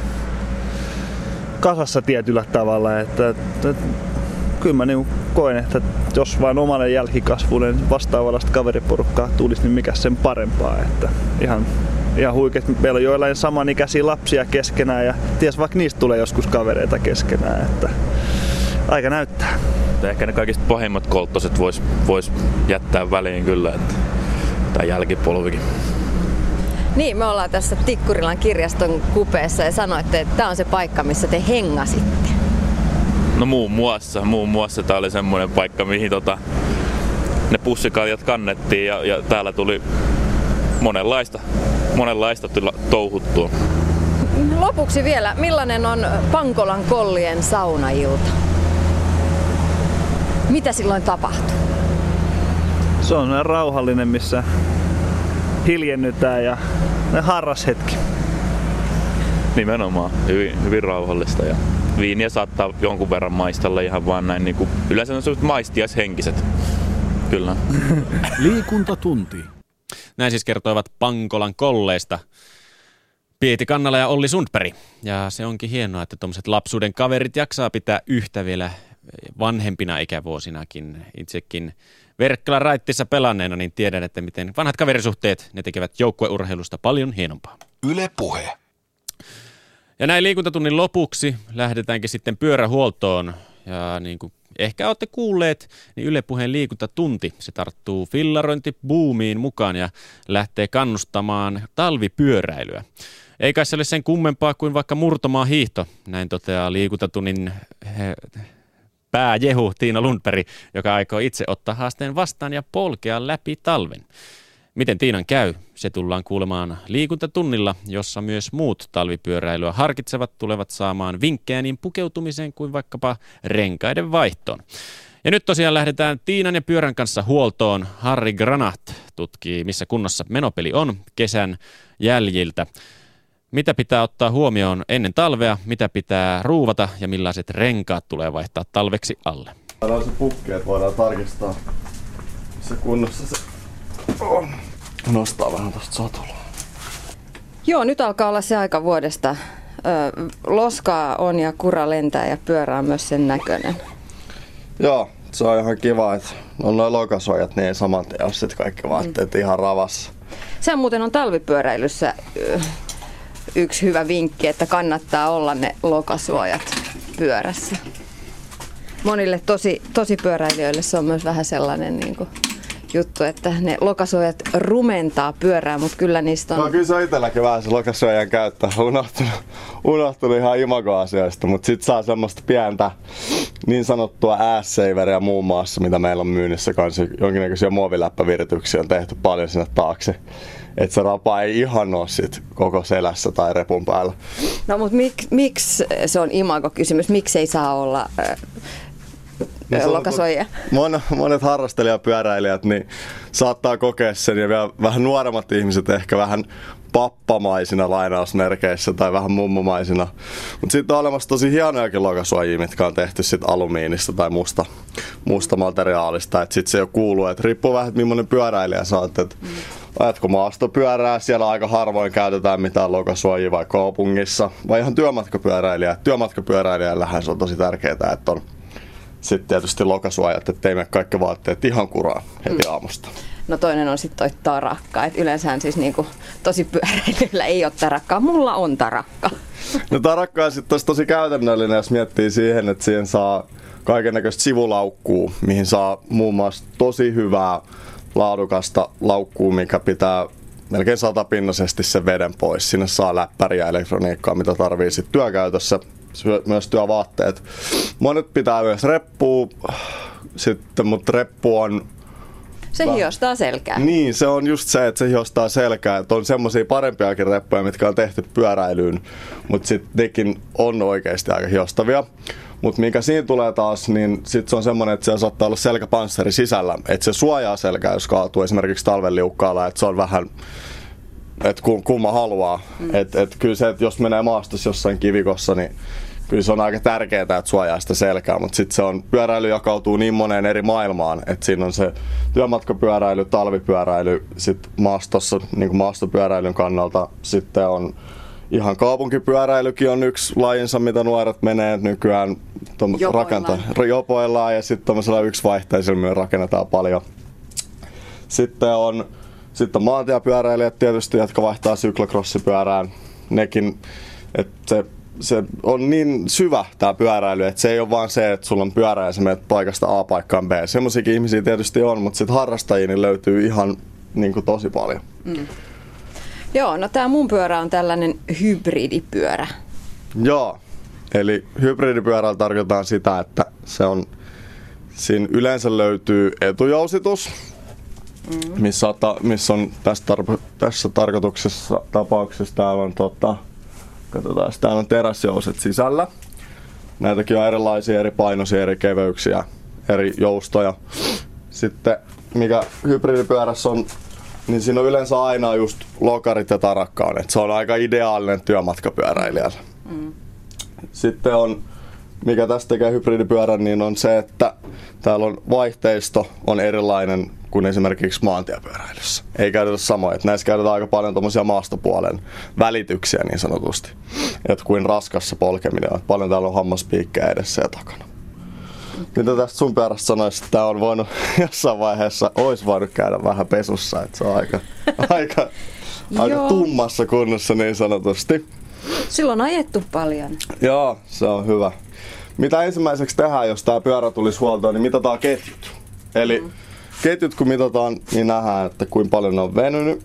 kasassa tietyllä tavalla. Että, että, että, kyllä mä niin koen, että jos vaan omalle jälkikasvulle vastaavallista kaveriporukkaa tulisi, niin mikä sen parempaa. Että ihan, ihan huikeet. Meillä on joillain samanikäisiä lapsia keskenään ja ties vaikka niistä tulee joskus kavereita keskenään. Että aika näyttää. Ehkä ne kaikista pahimmat kolttoset vois, vois jättää väliin kyllä, että tämä jälkipolvikin. Niin, me ollaan tässä Tikkurilan kirjaston kupeessa ja sanoitte, että tämä on se paikka, missä te hengasitte. No muun muassa, muun muassa tämä oli semmoinen paikka, mihin tota, ne pussikaljat kannettiin ja, ja täällä tuli monenlaista, monenlaista touhuttua. Lopuksi vielä, millainen on Pankolan Kollien saunailta? Mitä silloin tapahtuu? Se on rauhallinen, missä hiljennytään ja harrashetki. Nimenomaan, hyvin, hyvin rauhallista ja viiniä saattaa jonkun verran maistella ihan vaan näin niin kuin, yleensä on sellaiset maistiaishenkiset. Kyllä. Liikuntatunti. Näin siis kertoivat Pankolan Kolleista Pieti Kannala ja Olli Sundberg. Ja se onkin hienoa, että tuommoiset lapsuuden kaverit jaksaa pitää yhtä vielä vanhempina ikävuosinakin. Itsekin Verkkalan Raittissa pelanneena, niin tiedän, että miten vanhat kaverisuhteet, ne tekevät joukkueurheilusta paljon hienompaa. Yle Puhe. Ja näin liikuntatunnin lopuksi lähdetäänkin sitten pyörähuoltoon. Ja niin kuin ehkä olette kuulleet, niin Yle Puheen liikuntatunti, se tarttuu fillarointibuumiin mukaan ja lähtee kannustamaan talvipyöräilyä. Ei kai se ole sen kummempaa kuin vaikka murtomaa hiihto, näin toteaa liikuntatunnin pääjehu Tiina Lundberg, joka aikoo itse ottaa haasteen vastaan ja polkea läpi talven. Miten Tiinan käy? Se tullaan kuulemaan liikuntatunnilla, jossa myös muut talvipyöräilyä harkitsevat tulevat saamaan vinkkejä niin pukeutumiseen kuin vaikkapa renkaiden vaihtoon. Ja nyt tosiaan lähdetään Tiinan ja pyörän kanssa huoltoon. Harri Granat tutkii, missä kunnossa menopeli on kesän jäljiltä. Mitä pitää ottaa huomioon ennen talvea, mitä pitää ruuvata ja millaiset renkaat tulee vaihtaa talveksi alle. Saadaan se pukki, että voidaan tarkistaa, missä kunnossa se on. Nostaa vähän tosta satulaa. Joo, nyt alkaa olla se aika vuodesta. Ö, loskaa on ja kura lentää ja pyörä on myös sen näköinen. Joo, se on ihan kiva, että on noin lokasuojat, niin ei saman tien ole sit kaikki vaatteet mm. ihan ravassa. Se muuten on talvipyöräilyssä ö, yksi hyvä vinkki, että kannattaa olla ne lokasuojat pyörässä. Monille tosi, tosi pyöräilijöille se on myös vähän sellainen niin kuin juttu, että ne lokasuojat rumentaa pyörää, mutta kyllä niistä on... No kyllä se on itselläkin vähän se lokasuojan käyttö. Unohtunut, unohtunut ihan imagoasioista, mutta sit saa semmoista pientä niin sanottua ass-saveria muun muassa, mitä meillä on myynnissä kanssa. Jonkinnäköisiä muoviläppävirityksiä on tehty paljon sinne taakse. Että se rapa ei ihan ole sit koko selässä tai repun päällä. No mutta mik, miksi se on imago-kysymys? Miksi ei saa olla... Äh, No, lokasuojia. Mon, monet harrastelijapyöräilijät niin saattaa kokea sen ja vielä vähän nuoremmat ihmiset ehkä vähän pappamaisina lainausmerkeissä tai vähän mummomaisina. Mutta sitten on olemassa tosi hienojakin lokasuojia, mitkä on tehty sit alumiinista tai musta, musta materiaalista. Sitten se jo kuuluu, että riippuu vähän, että millainen pyöräilijä sä oot. Et, mm. Ajatko maastopyörää, siellä aika harvoin käytetään mitään lokasuojia vai kaupungissa. Vai ihan työmatkapyöräilijä. Työmatkapyöräilijällähän se on tosi tärkeää, että on sitten tietysti lokasuojat, ettei mene kaikki vaatteet ihan kuraan heti aamusta. no toinen on sitten toi tarakka. Et yleensähän siis niinku tosi pyöräilyllä ei ole tarakkaa. Mulla on tarakka. No tarakka on sitten tosi käytännöllinen, jos miettii siihen, että siihen saa kaikennäköistä sivulaukkuu, mihin saa muun muassa tosi hyvää laadukasta laukkuu, mikä pitää melkein satapinnaisesti sen veden pois. Sinne saa läppäriä, elektroniikkaa, mitä tarvii sitten työkäytössä, myös työvaatteet. Monet pitää myös reppua, sitten, mutta reppu on... Se Va- hiostaa selkää. Niin, se on just se, että se hiostaa selkää. Että on semmosia parempiakin reppuja, mitkä on tehty pyöräilyyn, mutta sitten nekin on oikeasti aika hiostavia. Mutta mikä siinä tulee taas, niin sit se on semmoinen, että siellä saattaa olla selkäpanssari sisällä. Että se suojaa selkää, jos kaatuu esimerkiksi talven liukkaalla, että se on vähän, että kumma haluaa. Mm. Että et kyllä se, että jos menee maastossa jossain kivikossa, niin kyllä se on aika tärkeää, että suojaa sitä selkää. Mutta sitten se on, pyöräily jakautuu niin moneen eri maailmaan, että siinä on se työmatkapyöräily, talvipyöräily, sitten maastossa, niin kuin maastopyöräilyn kannalta, sitten on ihan kaupunkipyöräilykin on yksi lajinsa, mitä nuoret menee nykyään rakentaa. Jopoillaan ja sitten tuollaisella yksivaihteisella myös rakennetaan paljon. Sitten on, sitten on maantiepyöräilijät tietysti, jotka vaihtaa syklokrossipyörään. Nekin, että se, se on niin syvä tämä pyöräily, että se ei ole vaan se, että sulla on pyörä ja sä menet paikasta A paikkaan B. Semmoisiakin ihmisiä tietysti on, mutta sitten harrastajia niin löytyy ihan niin kuin tosi paljon. Mm. Joo, no tää mun pyörä on tällainen hybridipyörä. Joo, eli hybridipyörällä tarkoitetaan sitä, että se on, siinä yleensä löytyy etujousitus, mm. missä, missä on tässä, tar- tässä tarkoituksessa tapauksessa täällä on, tota, katsotaan, täällä on teräsjouset sisällä. Näitäkin on erilaisia, eri painoisia, eri keveyksiä, eri joustoja. Sitten mikä hybridipyörässä on, niin siinä on yleensä aina just lokarit ja tarakka on. Et se on aika ideaalinen työmatkapyöräilijällä. Mm. Sitten on, mikä tästä tekee hybridipyörän, niin on se, että täällä on vaihteisto on erilainen kuin esimerkiksi maantiepyöräilyssä. Ei käytetä samoin. Et näissä käytetään aika paljon tommosia maastopuolen välityksiä niin sanotusti. Et kuin raskassa polkeminen on. Paljon täällä on hammaspiikkejä edessä ja takana. Mitä tästä sun pyörästä sanoisit, että tää on voinut jossain vaiheessa, ois voinut käydä vähän pesussa, että se on aika, aika, aika tummassa kunnossa niin sanotusti. Silloin on ajettu paljon. Joo, se on hyvä. Mitä ensimmäiseksi tehdään, jos tää pyörä tulisi huoltoon, niin mitataan ketjut. Eli mm. ketjut kun mitataan, niin nähdään, että kuinka paljon ne on venynyt.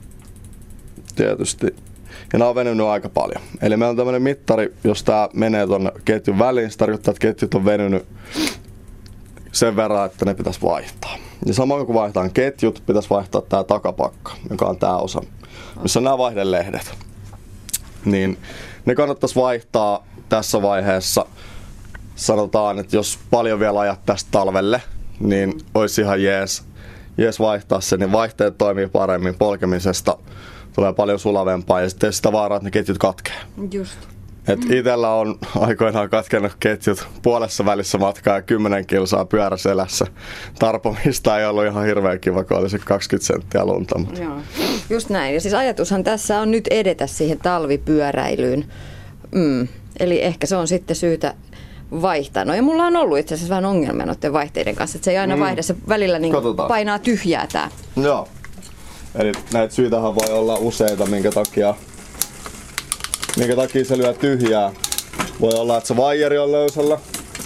Tietysti. Ja ne on venynyt aika paljon. Eli meillä on tämmönen mittari, jos tää menee tonne ketjun väliin, se tarkoittaa, että ketjut on venynyt sen verran, että ne pitäisi vaihtaa. Ja samoin kun vaihtaan ketjut, pitäisi vaihtaa tää takapakka, joka on tää osa, missä on nämä vaihdelehdet. Niin ne kannattaisi vaihtaa tässä vaiheessa. Sanotaan, että jos paljon vielä ajat tästä talvelle, niin olisi ihan jees, jees vaihtaa se, niin vaihteet toimii paremmin polkemisesta. Tulee paljon sulavempaa ja sitten sitä vaaraa, että ne ketjut katkee. Just. Et itellä on aikoinaan katkenut ketjut puolessa välissä matkaa ja kymmenen kilsaa pyöräselässä. Tarpomista ei ollut ihan hirveän kiva, kun oli se kaksikymmentä senttiä lunta. Mutta. Joo. Just näin. Ja siis ajatushan tässä on nyt edetä siihen talvipyöräilyyn. Mm. Eli ehkä se on sitten syytä vaihtaa. No ja mulla on ollut itse asiassa vähän ongelmia noiden vaihteiden kanssa. Että se ei aina mm. vaihda, se välillä niin painaa tyhjää tää. Joo. Eli näitä syitähän voi olla useita, minkä takia, minkä takia se lyö tyhjää. Voi olla, että se vaijeri on löysällä.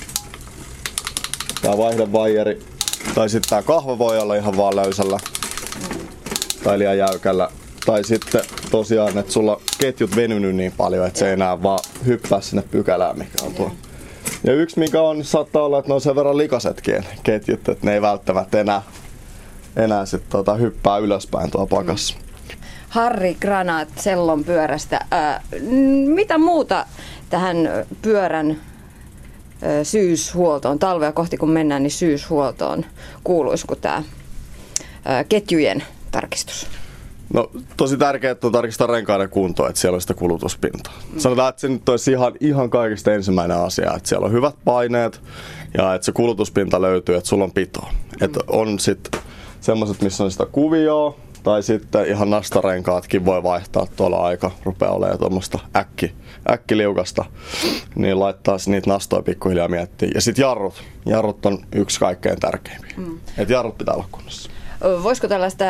Tää vaihdevaijeri. Tai sitten tää kahva voi olla ihan vaan löysällä. Tai liian jäykällä. Tai sitten tosiaan, että sulla ketjut venynyt niin paljon, että se ei enää vaan hyppää sinne pykälään, mikä on tuo. Ja yksi mikä on, niin saattaa olla, että ne on sen verran likasetkin ketjut, että ne ei välttämättä enää enää sitten tota, hyppää ylöspäin tuo pakassa. Harri Granaat Sellon pyörästä. Ää, mitä muuta tähän pyörän ää, syyshuoltoon, talvea kohti kun mennään, niin syyshuoltoon kuuluisi kuin tämä ää, ketjujen tarkistus? No tosi tärkeää, että tarkistaa renkaiden kuntoa, että siellä on sitä kulutuspintaa. Mm. Sanotaan, että se nyt olisi ihan, ihan kaikista ensimmäinen asia, että siellä on hyvät paineet ja että se kulutuspinta löytyy, että sulla on pitoa. Mm. Että on sitten semmoiset, missä on sitä kuvioa, tai sitten ihan nastarenkaatkin voi vaihtaa tuolla aika, rupeaa olemaan tuommoista äkki, äkkiliukasta, niin laittaa niitä nastoja pikkuhiljaa miettiä. Ja sitten jarrut. Jarrut on yksi kaikkein tärkeimpiä. Mm. Että jarrut pitää olla kunnossa. Voisiko tällaista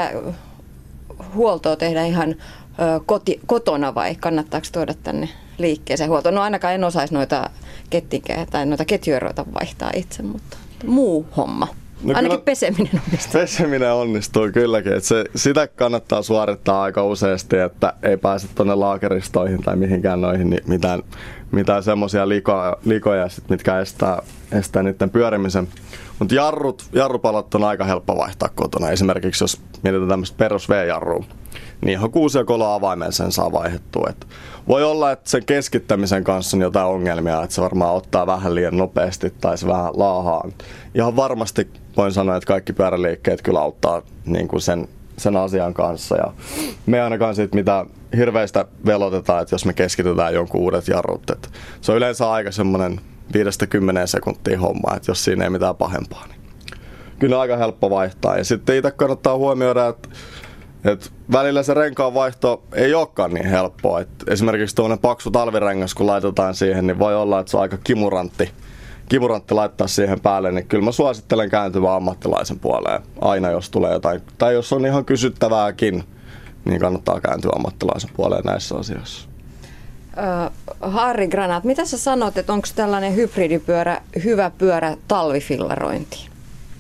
huoltoa tehdä ihan koti, kotona vai kannattaako tuoda tänne liikkeeseen huoltoon? No ainakaan en osaisi noita kettinkejä tai noita ketjueroita vaihtaa itse, mutta muu homma. No ainakin peseminen onnistuu. Peseminen onnistuu kylläkin. Että se, sitä kannattaa suorittaa aika useasti, että ei pääse tuonne laakeristoihin tai mihinkään noihin niin mitään, mitään semmoisia likoja, likoja sit, mitkä estää, estää niiden pyörimisen. Mutta jarrut, jarrupalat on aika helppo vaihtaa kotona. Esimerkiksi jos mietitään tämmöistä perus V-jarrua, niin ihan kuusi ja kolo avaimen sen saa vaihdettua. Et voi olla, että sen keskittämisen kanssa on jotain ongelmia, että se varmaan ottaa vähän liian nopeasti tai se vähän laahaa. Ihan varmasti voin sanoa, että kaikki pyöräliikkeet kyllä auttaa niin kuin sen, sen asian kanssa. Ja me ei ainakaan siitä mitä hirveistä velotetaan, että jos me keskitytään jonkun uudet jarrut. Et se on yleensä aika semmoinen viidestä kymmeneen sekuntia homma, että jos siinä ei mitään pahempaa, niin kyllä aika helppo vaihtaa. Ja sitten itse kannattaa huomioida, että Et välillä se renkaan vaihto ei olekaan niin helppoa. Et esimerkiksi tuollainen paksu talvirengas, kun laitetaan siihen, niin voi olla, että se on aika kimurantti, kimurantti laittaa siihen päälle. Niin kyllä mä suosittelen kääntymään ammattilaisen puoleen aina, jos tulee jotain. Tai jos on ihan kysyttävääkin, niin kannattaa kääntyä ammattilaisen puoleen näissä asioissa. Äh, Harri Granath, mitä sä sanot, että onko tällainen hybridipyörä hyvä pyörä talvifillarointiin?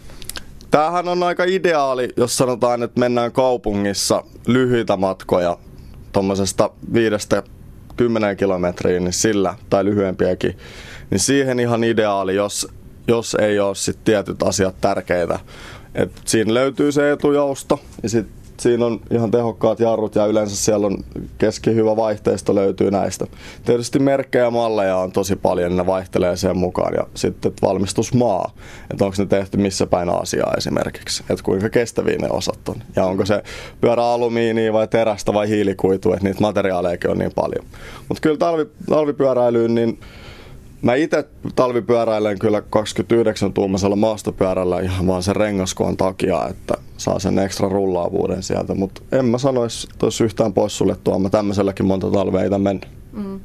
Tämähän on aika ideaali, jos sanotaan, että mennään kaupungissa lyhyitä matkoja tuommoisesta viidestä kymmeneen kilometriin, niin sillä, tai lyhyempiäkin, niin siihen ihan ideaali, jos, jos ei ole sit tietyt asiat tärkeitä. Et siinä löytyy se etujousto ja sitten siinä on ihan tehokkaat jarrut ja yleensä siellä on keskihyvä vaihteisto löytyy näistä. Tietysti merkkejä ja malleja on tosi paljon, ne vaihtelee sen mukaan. Ja sitten valmistusmaa, että onko ne tehty missä päin Aasiaa esimerkiksi, että kuinka kestäviä ne osat on. Ja onko se pyörä alumiinia vai terästä vai hiilikuitua, että niitä materiaalejakin on niin paljon. Mutta kyllä talvi, talvipyöräilyyn, niin mä itse talvipyöräilen kyllä kaksikymmentäyhdeksän tuumaisella maastopyörällä ihan vaan sen rengaskoon takia, että saa sen ekstra rullaavuuden sieltä, mutta en mä sanoisi, että olisi yhtään pois suljettua, mä tämmöiselläkin monta talvea ei mennä. Mm.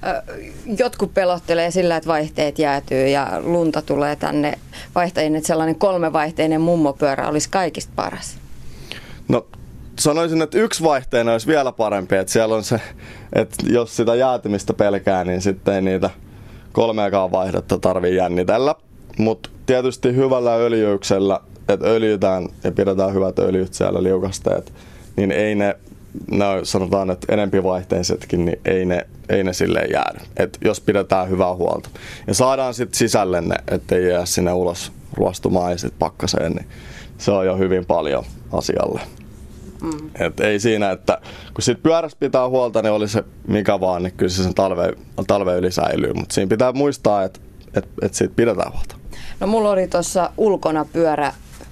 Jotkut pelottelee sillä, että vaihteet jäätyy ja lunta tulee tänne vaihtajien, että sellainen kolmevaihteinen mummopyörä olisi kaikista paras. No sanoisin, että yksi vaihteena olisi vielä parempi, että siellä on se, että jos sitä jäätymistä pelkää, niin sitten ei niitä kolmeakaan vaihdetta tarvii jännitellä, mutta tietysti hyvällä öljyksellä, että öljytään ja pidetään hyvät öljyt siellä liukasteet, niin ei ne, ne sanotaan, että enempivaihteisetkin, niin ei ne, ei ne silleen jäädy, että jos pidetään hyvää huolta. Ja saadaan sitten sisälle ne, ettei jää sinne ulos ruostumaan ja sitten pakkaseen, niin se on jo hyvin paljon asialle. Mm. Et ei siinä, että kun siitä pyörästä pitää huolta, niin oli se mikä vaan, niin kyllä se sen talve, talve yli säilyy. Mutta siinä pitää muistaa, että et, et siitä pidetään huolta. No mulla oli tuossa ulkona pyörä,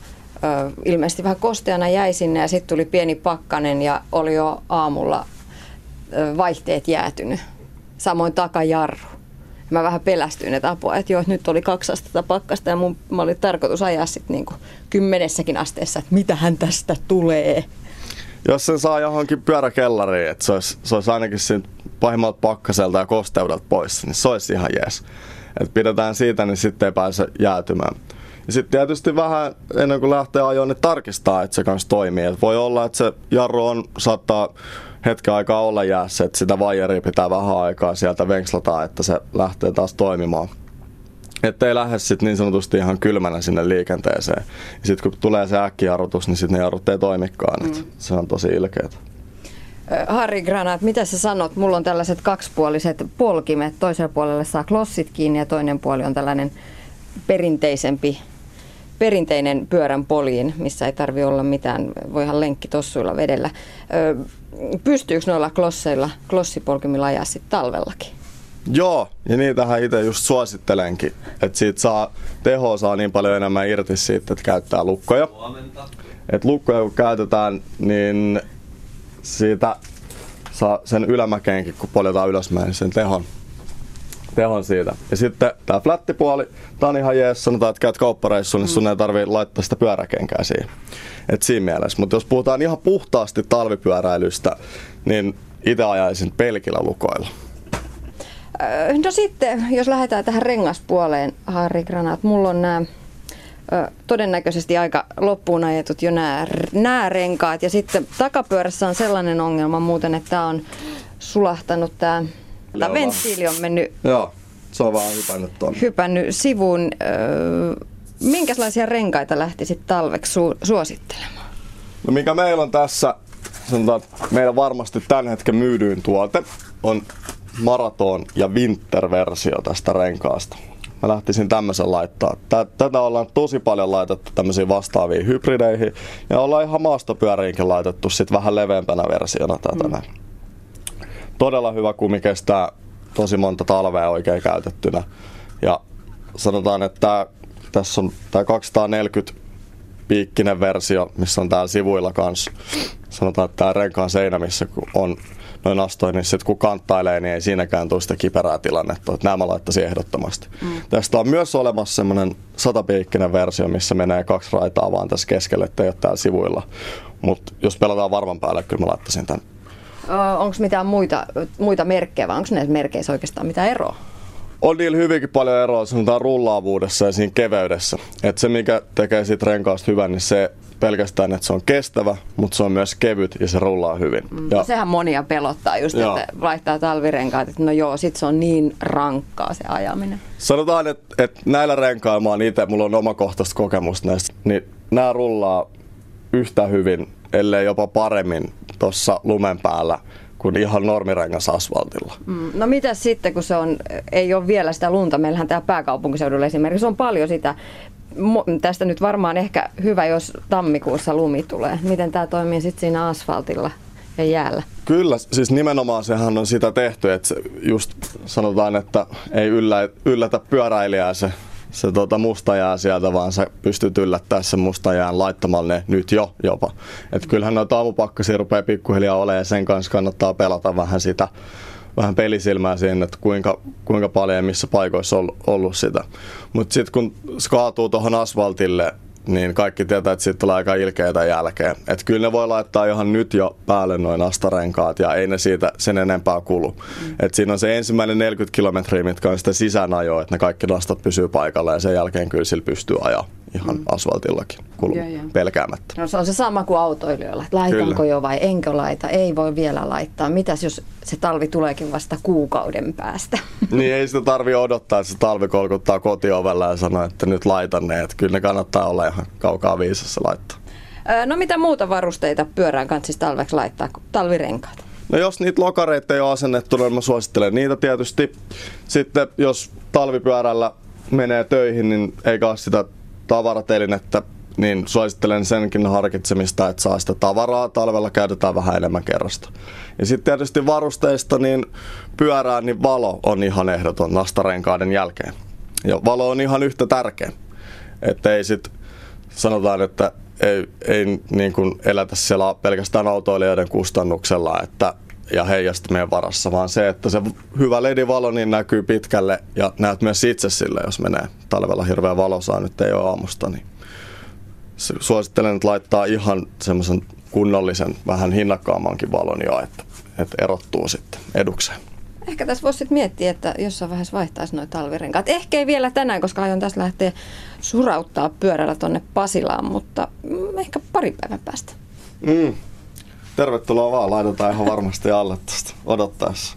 ö, ilmeisesti vähän kosteana jäi sinne ja sitten tuli pieni pakkanen ja oli jo aamulla ö, vaihteet jäätynyt. Samoin takajarru. Mä vähän pelästyin, että apua, että joo, nyt oli kaksi astetta pakkasta ja mun, mä oli tarkoitus ajaa sitten niinku kymmenessäkin asteessa, että mitähän tästä tulee. Jos sen saa johonkin pyöräkellariin, että se olisi, se olisi ainakin siitä pahimmalta pakkaselta ja kosteudelta pois, niin se olisi ihan jees. Että pidetään siitä, niin sitten ei pääse jäätymään. Ja sitten tietysti vähän ennen kuin lähtee ajoon, niin tarkistaa, että se kanssa toimii. Et voi olla, että se jarru on, saattaa hetken aikaa olla jäässä, että sitä vaijeria pitää vähän aikaa sieltä venkslataan, että se lähtee taas toimimaan. Että ei lähde sitten niin sanotusti ihan kylmänä sinne liikenteeseen. Ja sitten kun tulee se äkkijarrutus, niin sitten ne jarrut ei toimikaan. Mm. Se on tosi ilkeätä. Harri Granath, mitä sä sanot? Mulla on tällaiset kaksipuoliset polkimet. Toisella puolella saa klossit kiinni ja toinen puoli on tällainen perinteisempi, perinteinen pyörän poljin, missä ei tarvitse olla mitään, voihan lenkki tossuilla vedellä. Pystyykö noilla klosseilla, klossipolkimilla ajaa sitten talvellakin? Joo, ja niitähän itse just suosittelenkin, että siitä saa, tehoa saa niin paljon enemmän irti siitä, että käyttää lukkoja. Että lukkoja kun käytetään, niin siitä saa sen ylämäkeenkin, kun poljetaan ylösmäin, niin sen tehon, tehon siitä. Ja sitten tää flättipuoli, tää on ihan jees, sanotaan, että käyt kauppareissuun, niin sun ei tarvii laittaa sitä pyöräkenkää siihen. Et siinä mielessä. Mutta jos puhutaan ihan puhtaasti talvipyöräilystä, niin itse ajaisin pelkillä lukoilla. No sitten, jos lähdetään tähän rengaspuoleen, Harri Granath, mulla on nämä todennäköisesti aika loppuun ajetut jo nämä, nämä renkaat. Ja sitten takapyörässä on sellainen ongelma muuten, että tämä on sulahtanut, tämä, tämä venttiili on mennyt, Joo, se on vaan hypännyt tuonne. Hypännyt sivuun. Minkälaisia renkaita lähtisit talveksi su- suosittelemaan? No mikä meillä on tässä, sanotaan, meidän varmasti tämän hetken myydyin tuote on maraton- ja winter-versio tästä renkaasta. Mä lähtisin tämmöisen laittaa. Tätä ollaan tosi paljon laitettu tämmöisiin vastaaviin hybrideihin ja ollaan ihan maastopyöriinkin laitettu sit vähän leveämpänä versiona tätä mm. näin. Todella hyvä kumi, kestää tosi monta talvea oikein käytettynä. Ja sanotaan, että tää, tässä on tää kaksisataaneljäkymmentä piikkinen versio, missä on täällä sivuilla kanssa. Sanotaan, että tää renkaan seinä, missä on noin astoin, niin sit kun kanttailee, niin ei siinäkään tule sitä kiperää tilannetta. Että nämä mä laittaisin ehdottomasti. Mm. Tästä on myös olemassa semmoinen satapiikkinen versio, missä menee kaksi raitaa vaan tässä keskelle, ettei ole täällä sivuilla. Mutta jos pelataan varman päälle, kyllä mä laittaisin tän. Onko mitään muita, muita merkkejä vai onko näissä merkeissä oikeastaan mitään eroa? On niillä hyvinkin paljon eroa, sanotaan rullaavuudessa ja siinä keveydessä. Et se, mikä tekee siitä renkaasta hyvän, niin se pelkästään, että se on kestävä, mutta se on myös kevyt ja se rullaa hyvin. Mm, ja sehän monia pelottaa just, joo. Että vaihtaa talvirenkaat, että no joo, sit se on niin rankkaa se ajaminen. Sanotaan, että, että näillä renkailla mä oon itse, mulla on omakohtaista kokemusta näistä, niin nämä rullaa yhtä hyvin, ellei jopa paremmin tuossa lumen päällä kuin ihan normirengas asfaltilla. Mm, no mitäs sitten, kun se on, ei ole vielä sitä lunta, meillähän täällä pääkaupunkiseudulla esimerkiksi on paljon sitä. Tästä nyt varmaan ehkä hyvä, jos tammikuussa lumi tulee. Miten tämä toimii sitten siinä asfaltilla ja jäällä? Kyllä, siis nimenomaan sehän on sitä tehty, että just sanotaan, että ei yllä, yllätä pyöräilijää se, se tota musta jää sieltä, vaan sä pystyt yllättämään sen musta jään laittamalla ne nyt jo jopa. Että kyllähän noita aamupakkasia rupeaa pikkuhiljaa olemaan ja sen kanssa kannattaa pelata vähän sitä. Vähän pelisilmää siihen, että kuinka, kuinka paljon ja missä paikoissa on ollut sitä. Mutta sitten kun se kaatuu tuohon asfaltille, niin kaikki tietää, että siitä tulee aika ilkeitä jälkeen. Että kyllä ne voi laittaa ihan nyt jo päälle noin astarenkaat ja ei ne siitä sen enempää kulu. Mm. Että siinä on se ensimmäinen neljäkymmentä kilometriä, mitkä on sitä sisäänajoa, että ne kaikki nastat pysyy paikalla ja sen jälkeen kyllä sillä pystyy ajaa ihan mm. asfaltillakin kulu, ja, ja. pelkäämättä. No se on se sama kuin autoilijoilla, että laitanko kyllä. jo vai enkö laita, ei voi vielä laittaa. Mitäs jos se talvi tuleekin vasta kuukauden päästä? Niin ei sitä tarvitse odottaa, että se talvi kolkuttaa kotiovella ja sanoo, että nyt laitan ne. Että kyllä ne kannattaa olla ihan kaukaa viisassa laittaa. No mitä muuta varusteita pyörään kanssa siis talveksi laittaa kuin talvirenkaat? No jos niitä lokareita ei ole asennettu, niin mä suosittelen niitä tietysti. Sitten jos talvipyörällä menee töihin, niin eikä ole sitä tavaratelinettä, niin suosittelen senkin harkitsemista, että saa sitä tavaraa. Talvella käytetään vähän enemmän kerrasta. Ja sitten tietysti varusteista, niin pyörään, niin valo on ihan ehdoton nastarenkaiden jälkeen. Ja valo on ihan yhtä tärkeä. Että ei sitten sanotaan, että ei, ei niin kuin elätä siellä pelkästään autoilijoiden kustannuksella että, ja heijastimien varassa, vaan se, että se hyvä L E D-valo niin näkyy pitkälle ja näet myös itse sille, jos menee talvella hirveä valosaa, nyt ei ole aamusta, niin suosittelen, että laittaa ihan semmoisen kunnollisen, vähän hinnakkaammankin valon jo, että, että erottuu sitten edukseen. Ehkä tässä voisi sitten miettiä, että jossain vaiheessa vaihtaisi nuo talvirenkaat. Ehkä ei vielä tänään, koska aion tässä lähteä surauttaa pyörällä tonne Pasilaan, mutta ehkä pari päivän päästä. Mm. Tervetuloa vaan, laitetaan ihan varmasti alle tästä odottaessa.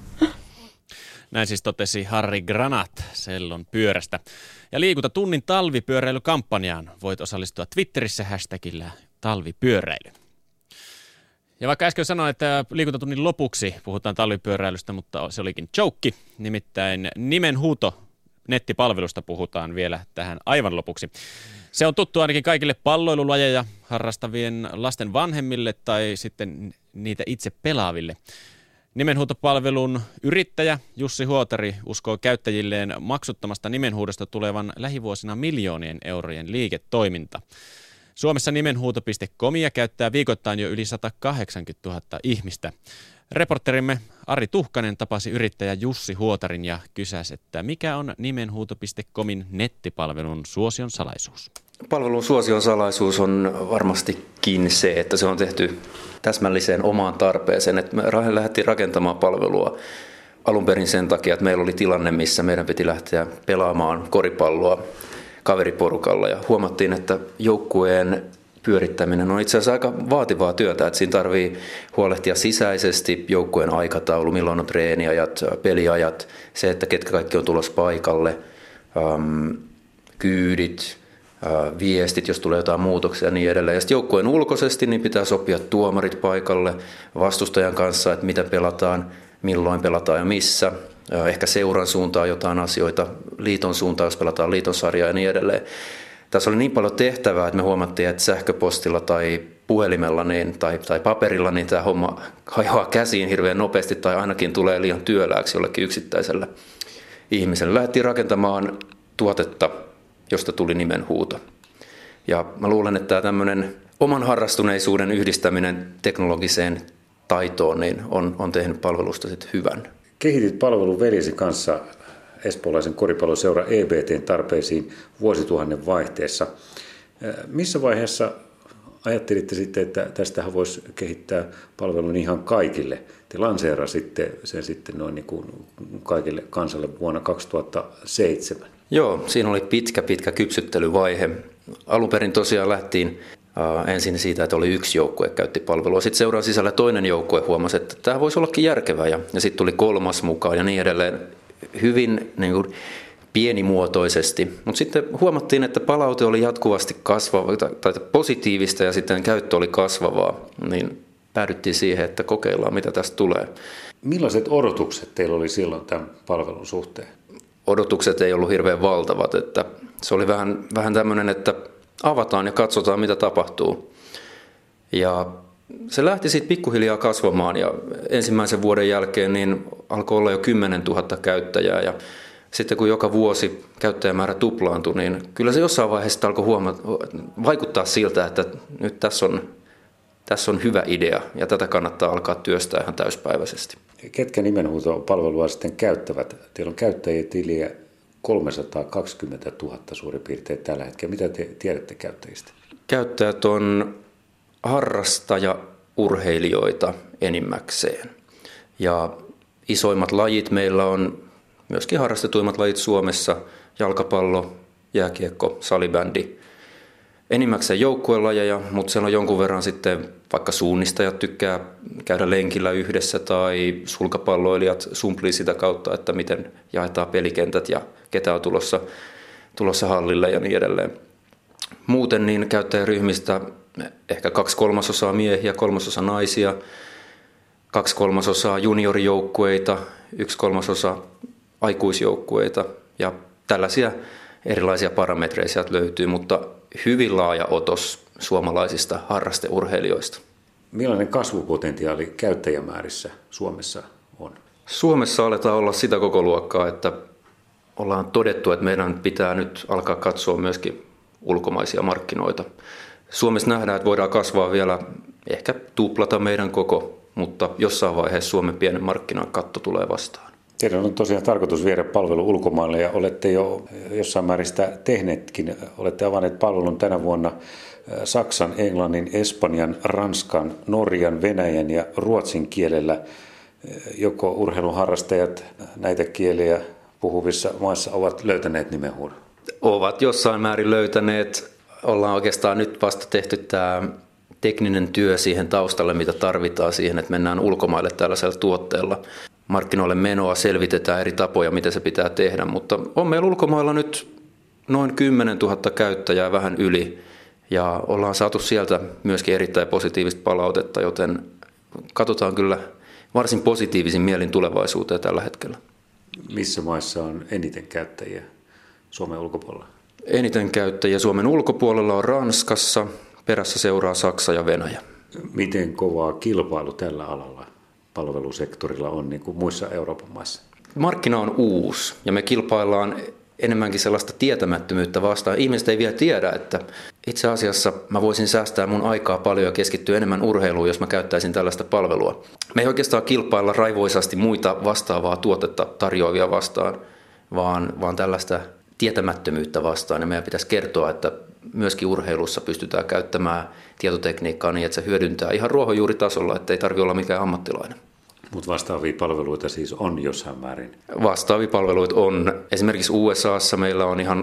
Näin siis totesi Harri Granat Sellon pyörästä. Ja liikuntatunnin talvipyöräilykampanjaan voit osallistua Twitterissä hashtagillä talvipyöräily. Ja vaikka äsken sanoin, että liikuntatunnin lopuksi puhutaan talvipyöräilystä, mutta se olikin joke, nimittäin nimenhuuto nettipalvelusta puhutaan vielä tähän aivan lopuksi. Se on tuttu ainakin kaikille palloilulajeja harrastavien lasten vanhemmille tai sitten niitä itse pelaaville. Nimenhuutopalvelun yrittäjä Jussi Huotari uskoo käyttäjilleen maksuttomasta nimenhuudosta tulevan lähivuosina miljoonien eurojen liiketoiminta. Suomessa nimenhuuto piste comia käyttää viikoittain jo yli sata kahdeksankymmentätuhatta ihmistä. Reporterimme Ari Tuhkanen tapasi yrittäjä Jussi Huotarin ja kysäsi, että mikä on nimenhuuto piste comin nettipalvelun suosion salaisuus. Palvelun suosion salaisuus on varmastikin se, että se on tehty täsmälliseen omaan tarpeeseen. Että me lähdettiin rakentamaan palvelua alun perin sen takia, että meillä oli tilanne, missä meidän piti lähteä pelaamaan koripalloa kaveriporukalla ja huomattiin, että joukkueen pyörittäminen on itse asiassa aika vaativaa työtä, että siinä tarvii huolehtia sisäisesti joukkueen aikataulu, milloin on treeniajat, peliajat, se, että ketkä kaikki on tulossa paikalle, ähm, kyydit, äh, viestit, jos tulee jotain muutoksia ja niin edelleen. Ja sitten joukkueen ulkoisesti niin pitää sopia tuomarit paikalle vastustajan kanssa, että mitä pelataan, milloin pelataan ja missä. Äh, ehkä seuran suuntaan jotain asioita, liiton suuntaan, jos pelataan liitonsarjaa ja niin edelleen. Tässä oli niin paljon tehtävää, että me huomattiin, että sähköpostilla tai puhelimella niin, tai, tai paperilla niin tämä homma hajoaa käsiin hirveän nopeasti tai ainakin tulee liian työlääksi jollekin yksittäiselle ihmiselle. Lähdettiin rakentamaan tuotetta, josta tuli nimenhuuto. Ja mä luulen, että tämä tämmöinen oman harrastuneisuuden yhdistäminen teknologiseen taitoon niin on, on tehnyt palvelusta sitten hyvän. Kehitit palvelun veljesi kanssa espoolaisen koripalloseura E B T:n tarpeisiin vuosituhannen vaihteessa. Missä vaiheessa ajattelitte sitten, että tästähän voisi kehittää palvelun ihan kaikille? Te lanseerasitte sen sitten noin niin kuin kaikille kansalle vuonna kaksituhattaseitsemän. Joo, siinä oli pitkä, pitkä kypsyttelyvaihe. Alun perin tosiaan lähtiin uh, ensin siitä, että oli yksi joukkue käytti palvelua. Sitten seuran sisällä toinen joukkue huomasi, että tämä voisi ollakin järkevää. Ja, ja sitten tuli kolmas mukaan ja niin edelleen. Hyvin niin kuin, pienimuotoisesti, mutta sitten huomattiin, että palaute oli jatkuvasti kasvavaa tai positiivista ja sitten käyttö oli kasvavaa, niin päädyttiin siihen, että kokeillaan mitä tästä tulee. Millaiset odotukset teillä oli silloin tämän palvelun suhteen? Odotukset ei ollut hirveän valtavat, että se oli vähän, vähän tämmöinen, että avataan ja katsotaan mitä tapahtuu. Ja se lähti siitä pikkuhiljaa kasvamaan ja ensimmäisen vuoden jälkeen niin alkoi olla jo kymmenen tuhatta käyttäjää ja sitten kun joka vuosi käyttäjämäärä tuplaantui, niin kyllä se jossain vaiheessa alkoi huomata, vaikuttaa siltä, että nyt tässä on, tässä on hyvä idea ja tätä kannattaa alkaa työstää ihan täyspäiväisesti. Ketkä nimenhuutopalvelua sitten käyttävät? Teillä on käyttäjätiliä kolmesataakaksikymmentätuhatta suurin piirtein tällä hetkellä. Mitä te tiedätte käyttäjistä? Käyttäjät on harrastajaurheilijoita enimmäkseen. Ja isoimmat lajit meillä on myöskin harrastetuimmat lajit Suomessa, jalkapallo, jääkiekko, salibändi. Enimmäkseen joukkuelajeja, mutta siellä on jonkun verran sitten vaikka suunnistajat tykkää käydä lenkillä yhdessä tai sulkapalloilijat sumplii sitä kautta, että miten jaetaan pelikentät ja ketä on tulossa, tulossa hallille ja niin edelleen. Muuten niin käyttäjäryhmistä ehkä kaksi kolmasosaa miehiä, kolmasosa naisia, kaksi kolmasosaa juniorijoukkueita, yksi kolmasosa aikuisjoukkueita ja tällaisia erilaisia parametreja sieltä löytyy, mutta hyvin laaja otos suomalaisista harrasteurheilijoista. Millainen kasvupotentiaali käyttäjämäärissä Suomessa on? Suomessa aletaan olla sitä koko luokkaa, että ollaan todettu, että meidän pitää nyt alkaa katsoa myöskin ulkomaisia markkinoita. Suomessa nähdään, että voidaan kasvaa vielä, ehkä tuplata meidän koko, mutta jossain vaiheessa Suomen pienen markkinan katto tulee vastaan. Teidän on tosiaan tarkoitus viedä palvelu ulkomaille ja olette jo jossain määrin sitä tehneetkin. Olette avanneet palvelun tänä vuonna Saksan, Englannin, Espanjan, Ranskan, Norjan, Venäjän ja Ruotsin kielellä. Joko urheiluharrastajat näitä kieliä puhuvissa maissa ovat löytäneet nimenhuudon? Ovat jossain määrin löytäneet. Ollaan oikeastaan nyt vasta tehty tämä tekninen työ siihen taustalle, mitä tarvitaan siihen, että mennään ulkomaille tällaisella tuotteella. Markkinoille menoa selvitetään eri tapoja, miten se pitää tehdä, mutta on meillä ulkomailla nyt noin kymmenen tuhatta käyttäjää vähän yli ja ollaan saatu sieltä myöskin erittäin positiivista palautetta, joten katsotaan kyllä varsin positiivisin mielin tulevaisuuteen tällä hetkellä. Missä maissa on eniten käyttäjiä Suomen ulkopuolella? Eniten käyttäjiä Suomen ulkopuolella on Ranskassa, perässä seuraa Saksa ja Venäjä. Miten kovaa kilpailu tällä alalla palvelusektorilla on niin kuin muissa Euroopan maissa? Markkina on uusi ja me kilpaillaan enemmänkin sellaista tietämättömyyttä vastaan. Ihmiset ei vielä tiedä, että itse asiassa mä voisin säästää mun aikaa paljon ja keskittyä enemmän urheiluun, jos mä käyttäisin tällaista palvelua. Me ei oikeastaan kilpailla raivoisasti muita vastaavaa tuotetta tarjoavia vastaan, vaan, vaan tällaista tietämättömyyttä vastaan. Ja meidän pitäisi kertoa, että myöskin urheilussa pystytään käyttämään tietotekniikkaa niin, että se hyödyntää ihan ruohonjuuritasolla, että ei tarvitse olla mikään ammattilainen. Mutta vastaavia palveluita siis on jossain määrin? Vastaavia palveluita on. Esimerkiksi U S A:ssa meillä on ihan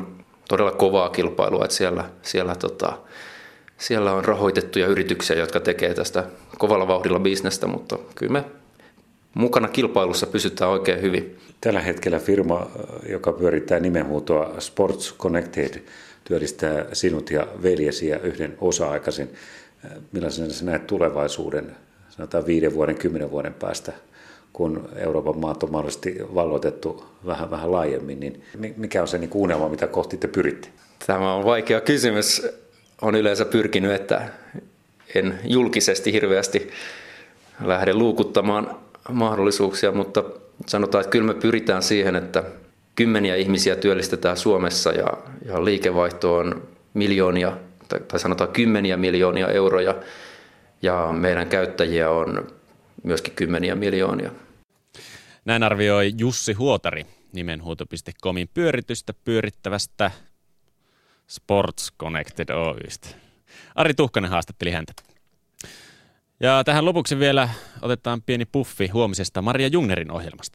todella kovaa kilpailua, että siellä, siellä, tota, siellä on rahoitettuja yrityksiä, jotka tekee tästä kovalla vauhdilla bisnestä, mutta kyllä me mukana kilpailussa pysytään oikein hyvin. Tällä hetkellä firma, joka pyörittää nimenhuutoa Sports Connected, työllistää sinut ja veljesi ja yhden osa-aikaisen. Millaisena sä näet tulevaisuuden, sanotaan viiden vuoden, kymmenen vuoden päästä, kun Euroopan maat on mahdollisesti valloitettu vähän, vähän laajemmin, niin mikä on se niin unelma, mitä kohti te pyritte? Tämä on vaikea kysymys. Olen yleensä pyrkinyt, että en julkisesti hirveästi lähde luukuttamaan mahdollisuuksia, mutta sanotaan, että kyllä me pyritään siihen, että kymmeniä ihmisiä työllistetään Suomessa ja, ja liikevaihto on miljoonia, tai, tai sanotaan kymmeniä miljoonia euroja, ja meidän käyttäjiä on myöskin kymmeniä miljoonia. Näin arvioi Jussi Huotari nimenhuuto piste comin pyöritystä pyörittävästä Sports Connected Oy:stä. Ari Tuhkanen haastatteli häntä. Ja tähän lopuksi vielä otetaan pieni puffi huomisesta Maria Jungnerin ohjelmasta.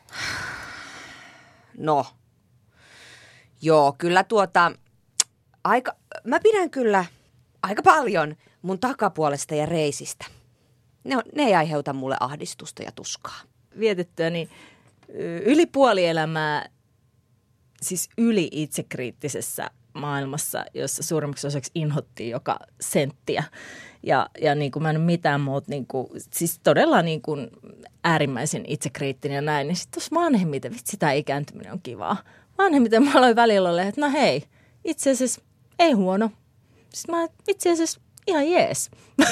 No, joo, kyllä tuota, aika, mä pidän kyllä aika paljon mun takapuolesta ja reisistä. Ne, on, ne ei aiheuta mulle ahdistusta ja tuskaa. Vietettyäni yli puoli elämää, siis yli itsekriittisessä maailmassa, jossa suurimmaksi osaksi inhottiin joka senttiä. Ja, ja niin kuin mä en ole mitään muuta, niin kuin, siis todella niin kuin äärimmäisen itsekriittinen ja näin. Ja sitten tuossa vanhemmiten, vitsi tämä ikääntyminen on kivaa. Vanhemmiten mä aloin välillä olla, että no hei, itse asiassa ei huono. Sitten mä itse asiassa ihan jees.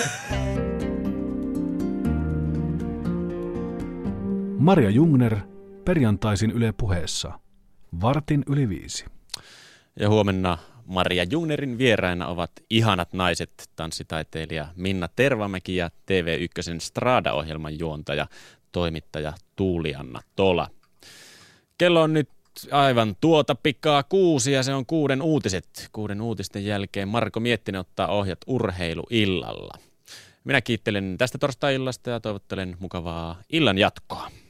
Maria Jungner perjantaisin Yle Puheessa. Vartin yli viisi. Ja huomenna Maria Jungnerin vieraina ovat ihanat naiset, tanssitaiteilija Minna Tervamäki ja T V yksi Strada-ohjelman juontaja, toimittaja Tuulianna Tola. Kello on nyt aivan tuota pikaa kuusi ja se on kuuden uutiset. Kuuden uutisten jälkeen Marko Miettinen ottaa ohjat urheiluillalla. Minä kiittelen tästä torstai-illasta ja toivottelen mukavaa illan jatkoa.